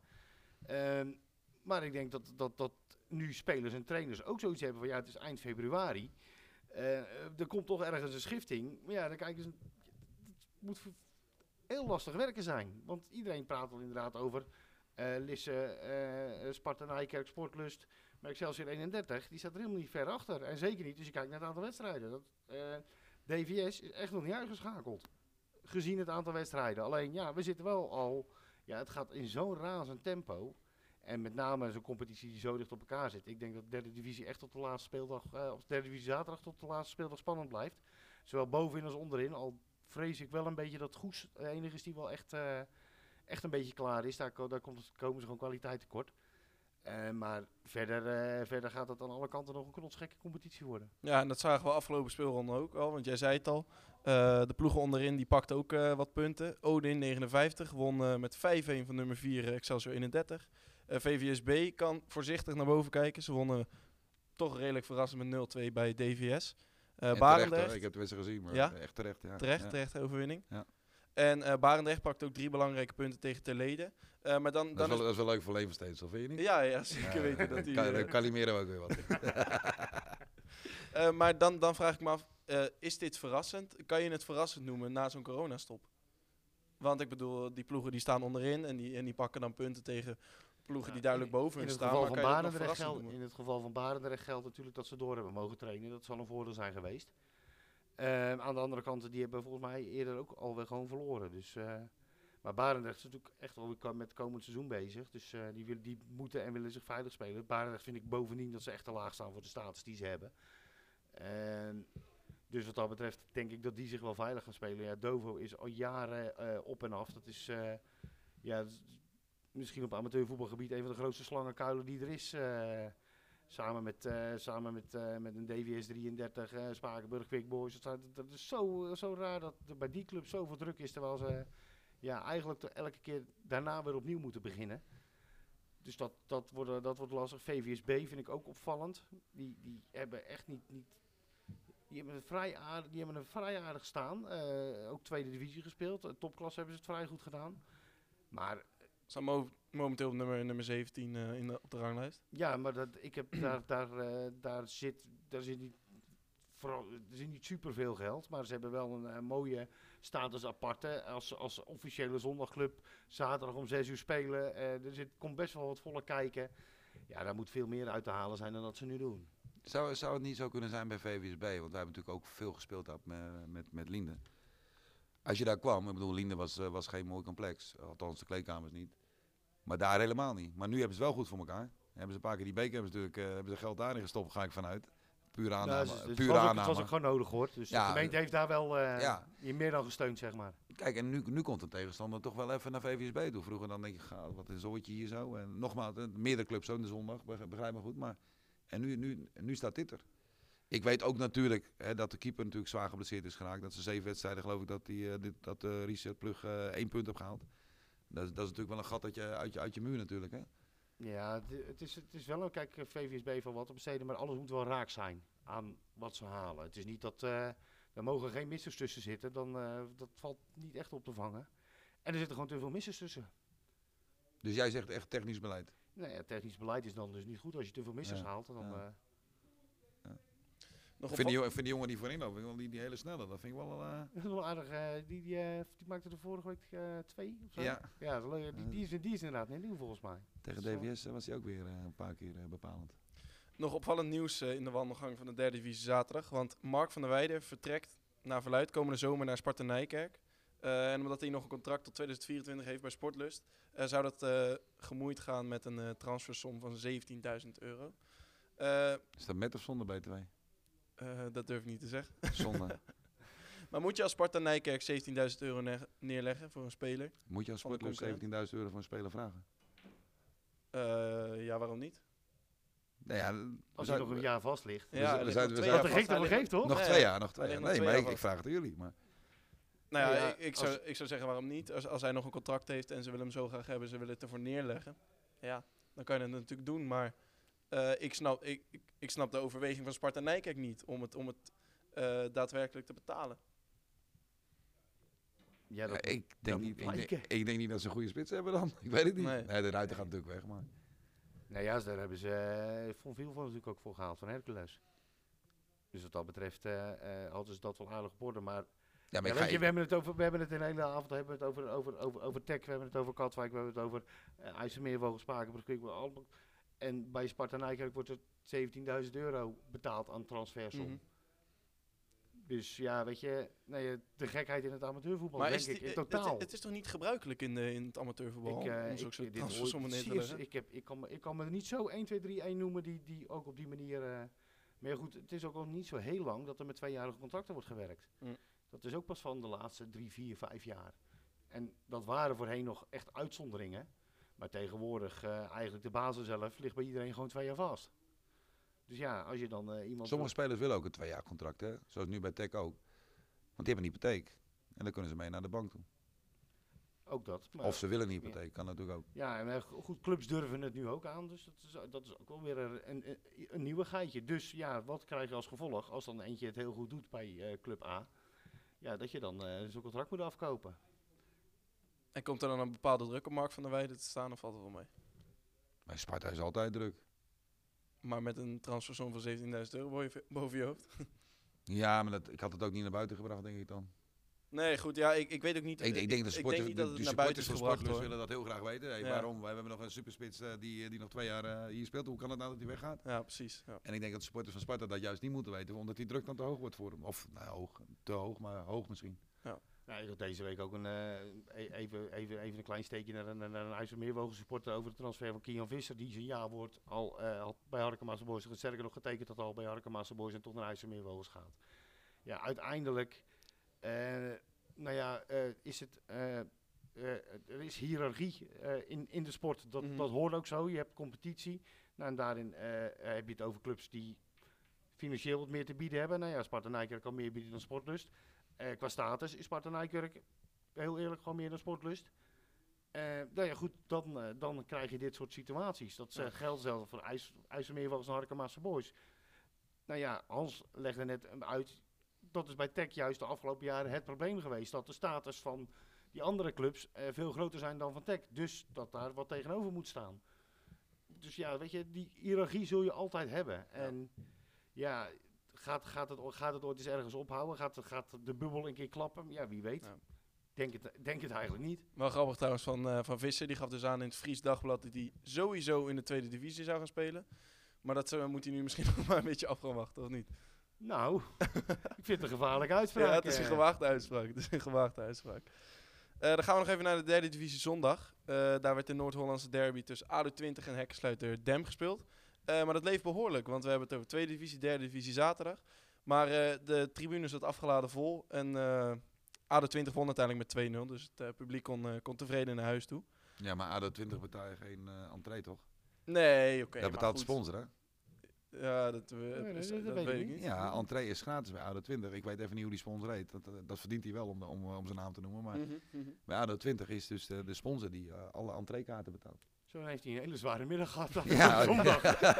Maar ik denk dat nu spelers en trainers ook zoiets hebben van, het is eind februari. Er komt toch ergens een schifting. Maar ja, dan kijken ze, het moet heel lastig werken zijn. Want iedereen praat al inderdaad over Lisse, Sparta Nijkerk, Sportlust. Maar Excelsior 31, die staat er helemaal niet ver achter. En zeker niet als je kijkt naar het aantal wedstrijden. DVS is echt nog niet uitgeschakeld. Gezien het aantal wedstrijden. Alleen we zitten wel al... Ja, het gaat in zo'n razend tempo. En met name zo'n competitie die zo dicht op elkaar zit. Ik denk dat de derde divisie echt tot de laatste speeldag... of de derde divisie zaterdag tot de laatste speeldag spannend blijft. Zowel bovenin als onderin. Al vrees ik wel een beetje dat Goes de enige is die wel echt een beetje klaar is. Daar komen ze gewoon kwaliteit tekort. Maar verder gaat het aan alle kanten nog een knotsgekke competitie worden. Ja, en dat zagen we afgelopen speelronde ook al. Want jij zei het al. De ploegen onderin die pakten ook wat punten. Odin 59 won met 5-1 van nummer 4 Excelsior 31. VVSB kan voorzichtig naar boven kijken. Ze wonnen toch redelijk verrassend met 0-2 bij DVS. Barendrecht. Ik heb het wedstrijd gezien, maar echt terecht. Ja. Terecht overwinning. Ja. En Barendrecht pakt ook 3 belangrijke punten tegen Terlede. Maar dat is wel leuk voor Levensteeds, of vind je niet? Ja, zeker weten. Dat dan kalimeren we ook weer wat. Maar dan vraag ik me af, is dit verrassend? Kan je het verrassend noemen na zo'n coronastop? Want ik bedoel, die ploegen die staan onderin en die pakken dan punten tegen ploegen die duidelijk boven hun in het staan. geval Maar van kan je dat nog Barendrecht verrassend noemen? in het geval van Barendrecht geldt natuurlijk dat ze door hebben mogen trainen. Dat zal een voordeel zijn geweest. Aan de andere kant, die hebben volgens mij eerder ook alweer gewoon verloren. Dus, maar Barendrecht is natuurlijk echt wel weer met het komend seizoen bezig. Dus die moeten en willen zich veilig spelen. Barendrecht vind ik bovendien dat ze echt te laag staan voor de status die ze hebben. Dus wat dat betreft denk ik dat die zich wel veilig gaan spelen. Ja, Dovo is al jaren op en af. Dat is, dat is misschien op amateurvoetbalgebied een van de grootste slangenkuilen die er is. Samen met een DVS 33, Spakenburg, Quick Boys. Dat is zo raar dat er bij die club zoveel druk is. Terwijl ze eigenlijk elke keer daarna weer opnieuw moeten beginnen. Dus dat wordt lastig. VVSB vind ik ook opvallend. Die hebben echt niet die hebben een vrij aardig staan. Ook tweede divisie gespeeld. Topklasse hebben ze het vrij goed gedaan. Maar Ze staan momenteel op nummer 17 op de ranglijst. ja, maar daar zit niet superveel geld. Maar ze hebben wel een mooie status aparte. Als officiële zondagclub zaterdag om 6 uur spelen. Komt best wel wat volle kijken. Ja, daar moet veel meer uit te halen zijn dan dat ze nu doen. Zou het niet zo kunnen zijn bij VVSB? Want wij hebben natuurlijk ook veel gespeeld met Liende. Als je daar kwam, ik bedoel, Liende was geen mooi complex. Althans, de kleedkamers niet. Maar daar helemaal niet. Maar nu hebben ze het wel goed voor elkaar. Hebben ze een paar keer die beker hebben ze geld daarin gestopt, ga ik vanuit. Pure aanname. Het was ook gewoon nodig hoor. Dus Ja, de gemeente heeft daar wel je meer dan gesteund, zeg maar. Kijk, en nu komt een tegenstander toch wel even naar VVSB toe. Vroeger dan denk je, wat een zooitje hier zo. En nogmaals, meerdere clubs zo in de zondag, begrijp me goed. Maar en nu staat dit er. Ik weet ook natuurlijk dat de keeper natuurlijk zwaar geblesseerd is geraakt. Dat ze 7 wedstrijden geloof ik dat Richard Plug 1 punt heeft gehaald. Dat is natuurlijk wel een gat uit je muur natuurlijk. Hè? Ja, het is wel een, kijk, VVSB van wat te besteden, maar alles moet wel raak zijn aan wat ze halen. Het is niet dat, er mogen geen missers tussen zitten, dat valt niet echt op te vangen. En er zitten gewoon te veel missers tussen. Dus jij zegt echt technisch beleid? Nee, ja, technisch beleid is dan dus niet goed als je te veel missers haalt. Dan, Nog Ik vind die jongen die voorin loopt, die hele snelle, dat vind ik wel... dat is wel aardig. Die maakte er vorige week 2 of zo. Ja. Ja, die is inderdaad niet nieuw volgens mij. Tegen Dus, DVS was hij ook weer een paar keer bepalend. Nog opvallend nieuws in de wandelgang van de derde divisie zaterdag. Want Mark van der Weijden vertrekt naar verluidt komende zomer naar Sparta Nijkerk. En omdat hij nog een contract tot 2024 heeft bij Sportlust, zou dat gemoeid gaan met een transfersom van €17.000. Is dat met of zonder BTW? Dat durf ik niet te zeggen. Zonder. Maar moet je als Sparta Nijkerk €17.000 neerleggen voor een speler? Moet je als Van de Sportlust concurrent? €17.000 voor een speler vragen? Ja, waarom niet? Nou ja, als hij nog een jaar vast ligt. Ja, hij ligt zijn- nog we 2 zijn- jaar Wat de vast. gek dat Hij wel ligt- geeft, toch? nog Ja, 2 ja. jaar, nog 2 Hij jaar. ligt nog Nee, 2 maar jaar ik vast. vraag het aan jullie. Maar Nou ja, Ja, ik zou zeggen waarom niet. Als hij nog een contract heeft en ze willen hem zo graag hebben, ze willen het ervoor neerleggen. Ja, dan kan je het natuurlijk doen. Maar ik snap de overweging van Sparta Nijkerk niet om het daadwerkelijk te betalen. Ja, dat ik dat denk moet blijken. ik denk niet dat ze een goede spits hebben dan. Ik weet het niet. Nee. Nee, de Ruiter gaat natuurlijk weg. Maar Nou ja, daar hebben ze Von Vielvoorde natuurlijk ook voor gehaald van Hercules. Dus wat dat betreft hadden ze dat wel aardig op orde. Maar, ja, maar ja, weet je, we hebben het de hele avond hebben we het over Tech, we hebben het over Katwijk, we hebben het over IJsselmeervogel, Spakenburg. En bij Sparta Nijkerk wordt er €17.000 betaald aan transfersom. Mhm. Dus ja, weet je, de gekheid in het amateurvoetbal, Maar denk is ik, in het, totaal. het is toch niet gebruikelijk in het amateurvoetbal om zulke soort dit transfersommen neer te hoor- leggen? ik kan me er niet zo 1, 2, 3, 1 noemen die ook op die manier... maar ja, goed, het is ook al niet zo heel lang dat er met 2-jarige contracten wordt gewerkt. Mm. Dat is ook pas van de laatste 3, 4, 5 jaar. En dat waren voorheen nog echt uitzonderingen. Maar tegenwoordig, eigenlijk de basis zelf, ligt bij iedereen gewoon 2 jaar vast. Dus ja, als je dan iemand... sommige spelers willen ook een 2 jaar contract, hè? Zoals nu bij Tech ook. Want die hebben een hypotheek. En dan kunnen ze mee naar de bank toe. Ook dat. Maar, Of ze willen een hypotheek, kan natuurlijk ook. ja, en goed, clubs durven het nu ook aan. Dus dat is ook wel weer een nieuwigheidje. Dus ja, wat krijg je als gevolg als dan eentje het heel goed doet bij Club A? Ja, dat je dan zo'n contract moet afkopen. En komt er dan een bepaalde druk op Mark van der Weijden te staan of valt het wel mee? Bij Sparta is altijd druk. Maar met een transfersom van €17.000 boven je hoofd? Ja, maar ik had het ook niet naar buiten gebracht, denk ik dan. Nee, goed, ja, ik weet ook niet. Ik denk de supporters, niet dat het de naar buiten supporters is van gebracht, Sportclubs hoor. willen dat heel graag weten. Hey, Ja. waarom? We hebben nog een superspits die nog 2 jaar hier speelt. Hoe kan het nou dat hij weggaat? Ja, precies. Ja. En ik denk dat de supporters van Sparta dat juist niet moeten weten, omdat die druk dan te hoog wordt voor hem. Of te hoog, maar hoog misschien. Nou, ik had deze week ook even een klein steekje naar een IJsselmeerwogen supporter over de transfer van Kian Visser. Die zijn jaarwoord al had bij Harkema's Boys, sterker nog getekend had al bij Harkema's Boys en tot naar IJsselmeerwogens gaat. Ja, uiteindelijk is het... er is hiërarchie in de sport. Dat hoort ook zo. Je hebt competitie. Nou, en daarin heb je het over clubs die financieel wat meer te bieden hebben. Nou ja, Sparta Nijkerk kan meer bieden dan Sportlust. Qua status is Sparta Nijkerk heel eerlijk gewoon meer dan Sportlust. Nou ja, goed, dan krijg je dit soort situaties. Dat geldt zelfs voor IJsselmeerwogens en Harkema's Boys. Nou ja, Hans legde net uit. Dat is bij Tech juist de afgelopen jaren het probleem geweest. Dat de status van die andere clubs veel groter zijn dan van Tech. Dus dat daar wat tegenover moet staan. Dus ja, weet je, die hiërarchie zul je altijd hebben. En ja, gaat het ooit eens ergens ophouden? Gaat de bubbel een keer klappen? Ja, wie weet. Ja. Denk het eigenlijk niet. Wel grappig trouwens van Visser. Die gaf dus aan in het Fries Dagblad dat hij sowieso in de tweede divisie zou gaan spelen. Maar dat moet hij nu misschien nog maar een beetje af gaan wachten, of niet? Nou, ik vind het een gevaarlijke uitspraak. Ja, het is een gewaagde uitspraak. Dan gaan we nog even naar de derde divisie zondag. Daar werd de Noord-Hollandse derby tussen ADO 20 en hekkensluiter Dem gespeeld. Maar dat leeft behoorlijk, want we hebben het over tweede divisie, derde divisie zaterdag. Maar de tribune zat afgeladen vol en ADO 20 won uiteindelijk met 2-0. Dus het publiek kon tevreden naar huis toe. Ja, maar ADO 20 betaal je geen entree, toch? Nee, oké. Dat betaalt de sponsor, hè? Ja, dat weet ik niet. Ja, entree is gratis bij ADO 20. Ik weet even niet hoe die sponsor heet. Dat verdient hij wel om zijn naam te noemen. Maar bij ADO 20 is dus de sponsor die alle entreekaarten betaalt. Zo heeft hij een hele zware middag gehad dan ja, zondag.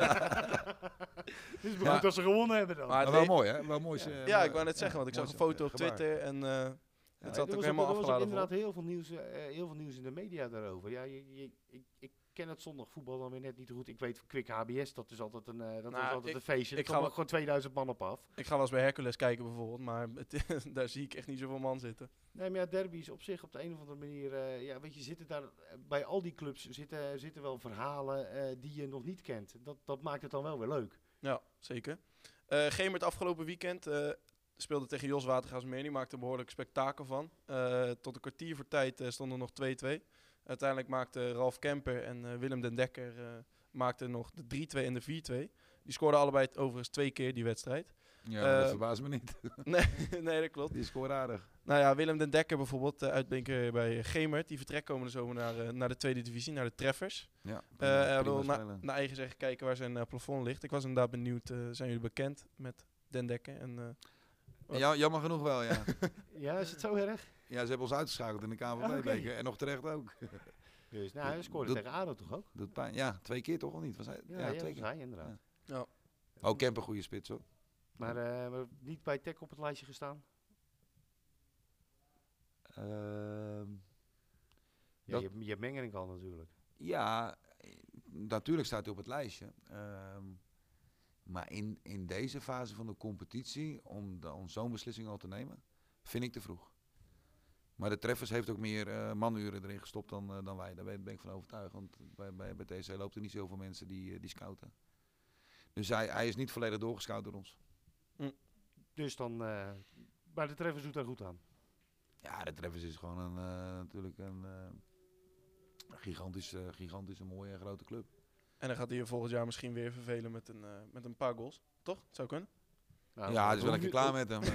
Dus bedoeld dat ze gewonnen hebben dan. Maar wel mooi, hè? Wel mooi. Ja, ik wou net zeggen, want ik zag een foto op Twitter en het zat ook helemaal afgeladen. Er was inderdaad heel veel nieuws in de media daarover. Ja, ik ken het zondagvoetbal dan weer net niet goed. Ik weet van Quick HBS, dat is altijd een feestje. Er komen gewoon 2000 man op af. Ik ga wel eens bij Hercules kijken bijvoorbeeld, maar daar zie ik echt niet zoveel man zitten. Nee, maar ja, derbies op zich op de een of andere manier, weet je, zitten daar bij al die clubs zitten wel verhalen die je nog niet kent. Dat maakt het dan wel weer leuk. Ja, zeker. Gemert afgelopen weekend speelde tegen Jos Watergaasmeer. Die maakte een behoorlijk spektakel van. Tot een kwartier voor tijd stonden nog 2-2. Uiteindelijk maakten Ralf Kemper en Willem den Dekker maakten nog de 3-2 en de 4-2. Die scoorden allebei overigens 2 keer die wedstrijd. Ja, dat verbaast me niet. nee, dat klopt. Die scoort aardig. Nou ja, Willem den Dekker bijvoorbeeld, uitblinker bij Gemert. Die vertrekt komende zomer naar de tweede divisie, naar de Treffers. Ja, hij wil naar eigen zeggen kijken waar zijn plafond ligt. Ik was inderdaad benieuwd, zijn jullie bekend met den Dekker? Ja, jammer genoeg wel, ja. Ja, is het zo erg? Ja, ze hebben ons uitgeschakeld in de KNVB-beker en nog terecht ook. Dus, nou, hij scoorde tegen ADO toch ook? Doet pijn. Ja, 2 keer toch of niet? Was hij? Ja, 2 keer. Hij inderdaad. Ja. Oh, Kemper goede spits hoor. Maar niet bij Tech op het lijstje gestaan? Ja, je hebt Mengeling al natuurlijk. Ja, natuurlijk staat hij op het lijstje. Maar in deze fase van de competitie, om zo'n beslissing al te nemen, vind ik te vroeg. Maar de Treffers heeft ook meer manuren erin gestopt dan wij. Daar ben ik van overtuigd. Want bij TC loopt er niet zoveel mensen die scouten. Dus hij is niet volledig doorgescout door ons. Dus dan, maar de Treffers doet daar goed aan. Ja, de Treffers is gewoon natuurlijk een gigantische mooie en grote club. En dan gaat hij je volgend jaar misschien weer vervelen met een paar goals. Toch? Het zou kunnen. Nou, ja, dus ben ik er klaar met hem.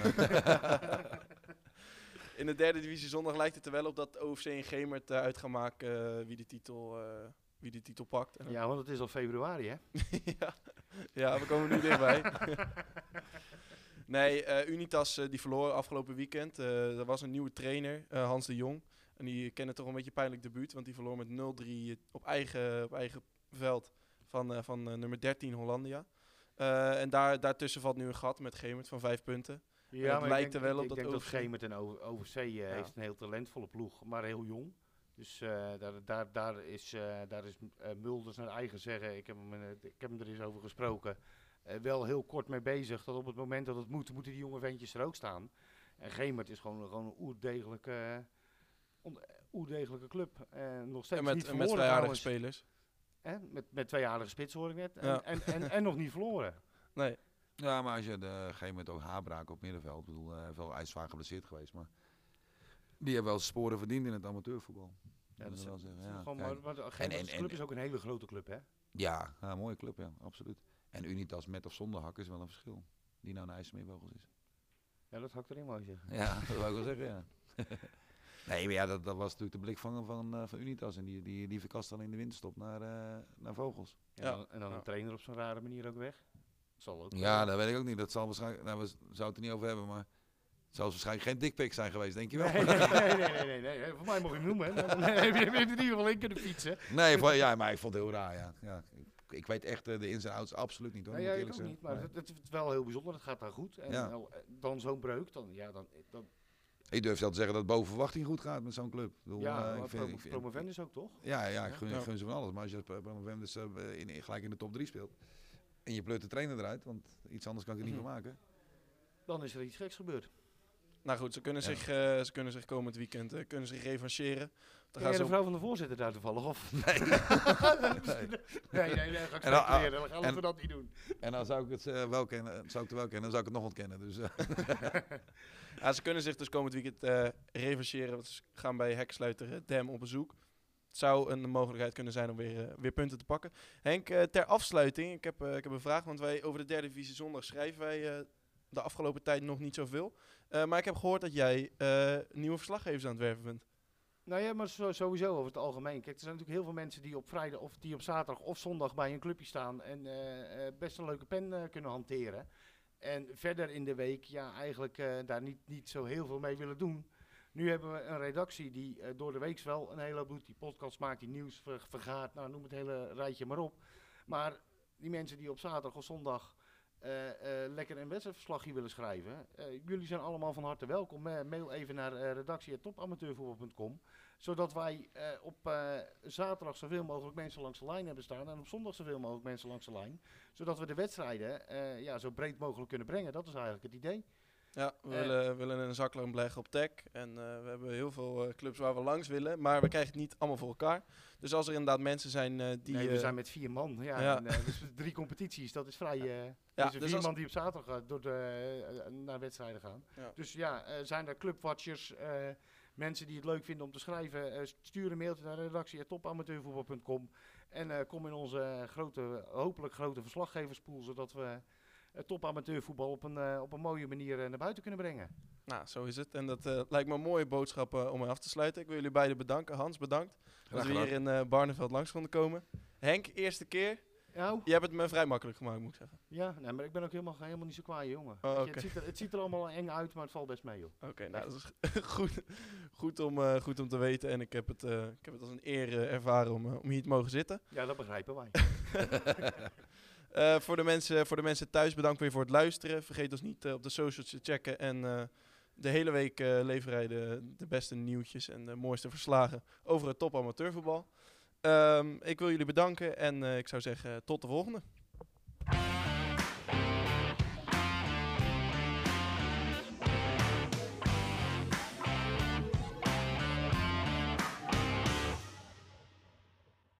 In de derde divisie zondag lijkt het er wel op dat OFC en Gemert uit gaan maken wie de titel pakt. Ja, want het is al februari, hè? ja, we komen nu dichtbij. Nee, Unitas die verloor afgelopen weekend. Er was een nieuwe trainer, Hans de Jong. En die kende toch een beetje pijnlijk debuut, want die verloor met 0-3 op eigen veld van nummer 13 Hollandia. En daartussen valt nu een gat met Gemert van 5 punten. Ja, maar lijkt er wel op ik dat denk dat OVC... Gemert en OVC heeft een heel talentvolle ploeg, maar heel jong. Dus daar is Mulders naar eigen zeggen, ik heb hem er eens over gesproken, wel heel kort mee bezig. Dat op het moment dat het moet, moeten die jonge ventjes er ook staan. En Gemert is gewoon een oerdegelijke club. Nog steeds En niet met verloren twee aardige trouwens. spelers. Met 2 aardige spitsen hoor ik net. Ja. En nog niet verloren. Nee. Ja, maar als je op een gegeven moment ook Habraak op middenveld. Ik bedoel, hij is zwaar geblesseerd geweest. Maar die hebben wel sporen verdiend in het amateurvoetbal. Ja, dat is wel zeggen. Ja, gewoon, kijk. maar de club is ook een hele grote club, hè? Ja, een mooie club, ja, absoluut. En Unitas met of zonder hak is wel een verschil. Die nou een IJsselmeervogels is. Ja, dat had ik erin mooi zeggen. Ja, dat wou ik wel zeggen, ja. Nee, maar ja, dat was natuurlijk de blikvanger van Unitas. En die verkast dan in de winterstop naar Vogels. Ja, en dan een trainer op zo'n rare manier ook weg. Zal ook. Ja, dat weet ik ook niet. Dat zal waarschijnlijk, nou, we zouden het er niet over hebben, maar het zal waarschijnlijk geen dickpic zijn geweest, denk je wel? Nee. Voor mij mag je hem noemen. Hè. Dan heb je er in ieder geval in kunnen fietsen. Nee, ja, maar ik vond het heel raar, ja. Ik weet echt de ins en outs absoluut niet, hoor. Nee, moet ja, ik ik eerlijk ook niet. zeggen. Maar het is wel heel bijzonder. Het gaat daar goed. En Ja. dan zo'n breuk, dan Ik durf zelf te zeggen dat het boven verwachting goed gaat met zo'n club. Ik bedoel, ja, ik vind- Promovendus ook toch? Ja, ik Ja. gun ze van alles. Maar als je Promovendus gelijk in de top 3 speelt en je pleurt de trainer eruit, want iets anders kan ik er niet van maken. Dan is er iets geks gebeurd. Nou goed, ze kunnen zich komend weekend kunnen zich revancheren. Dan Ken gaan jij ze de op- vrouw van de voorzitter daar toevallig? Of? Nee. Nee, ga ik En dan- speculeren. Dan gaan en- we dat niet doen. En dan zou ik het wel kennen, dan zou ik het nog ontkennen. Dus, Ja, ze kunnen zich dus komend weekend revancheren. Want ze gaan bij heksluiter Dem op bezoek. Het zou een mogelijkheid kunnen zijn om weer punten te pakken. Henk, ter afsluiting, ik heb een vraag. Want wij over de derde divisie zondag schrijven wij de afgelopen tijd nog niet zoveel. Maar ik heb gehoord dat jij nieuwe verslaggevers aan het werven bent. Nou ja, maar sowieso over het algemeen. Kijk, er zijn natuurlijk heel veel mensen die op vrijdag of die op zaterdag of zondag bij een clubje staan en best een leuke pen kunnen hanteren. En verder in de week eigenlijk daar niet zo heel veel mee willen doen. Nu hebben we een redactie die door de week wel een hele hoop doet. Die podcast maakt, die nieuws vergaat, nou noem het hele rijtje maar op. Maar die mensen die op zaterdag of zondag lekker een wedstrijdverslagje willen schrijven. Jullie zijn allemaal van harte welkom. Mail even naar redactie@topamateurvoetbal.com. Zodat wij op zaterdag zoveel mogelijk mensen langs de lijn hebben staan. En op zondag zoveel mogelijk mensen langs de lijn. Zodat we de wedstrijden zo breed mogelijk kunnen brengen. Dat is eigenlijk het idee. Ja, we willen een zakloon beleggen op tech. En we hebben heel veel clubs waar we langs willen. Maar we krijgen het niet allemaal voor elkaar. Dus als er inderdaad mensen zijn die... Nee, we zijn met 4 man. Ja, Ja. En, dus 3 competities. Dat is vrij... Ja, dus dus 4 als- man die op zaterdag naar wedstrijden gaan. Ja. Dus zijn er clubwatchers, mensen die het leuk vinden om te schrijven, stuur een mailtje naar redactie@topamateurvoetbal.com en kom in onze hopelijk grote verslaggeverspool, zodat we het topamateurvoetbal op een mooie manier naar buiten kunnen brengen. Nou, zo is het. En dat lijkt me een mooie boodschap om mee af te sluiten. Ik wil jullie beiden bedanken. Hans, bedankt dat we hier in Barneveld langs konden komen. Henk, eerste keer. Nou, Je hebt het me vrij makkelijk gemaakt, moet ik zeggen. ja, nee, maar ik ben ook helemaal niet zo kwaai, jongen. Oh, Weet je, oké. het ziet er allemaal eng uit, maar het valt best mee, joh. Oké, nou, dat is goed om te weten. En ik heb het als een eer ervaren om hier te mogen zitten. Ja, dat begrijpen wij. Voor de mensen thuis, bedankt weer voor het luisteren. Vergeet ons niet op de socials te checken. En de hele week leveren wij de beste nieuwtjes en de mooiste verslagen over het top amateurvoetbal. Ik wil jullie bedanken en ik zou zeggen tot de volgende.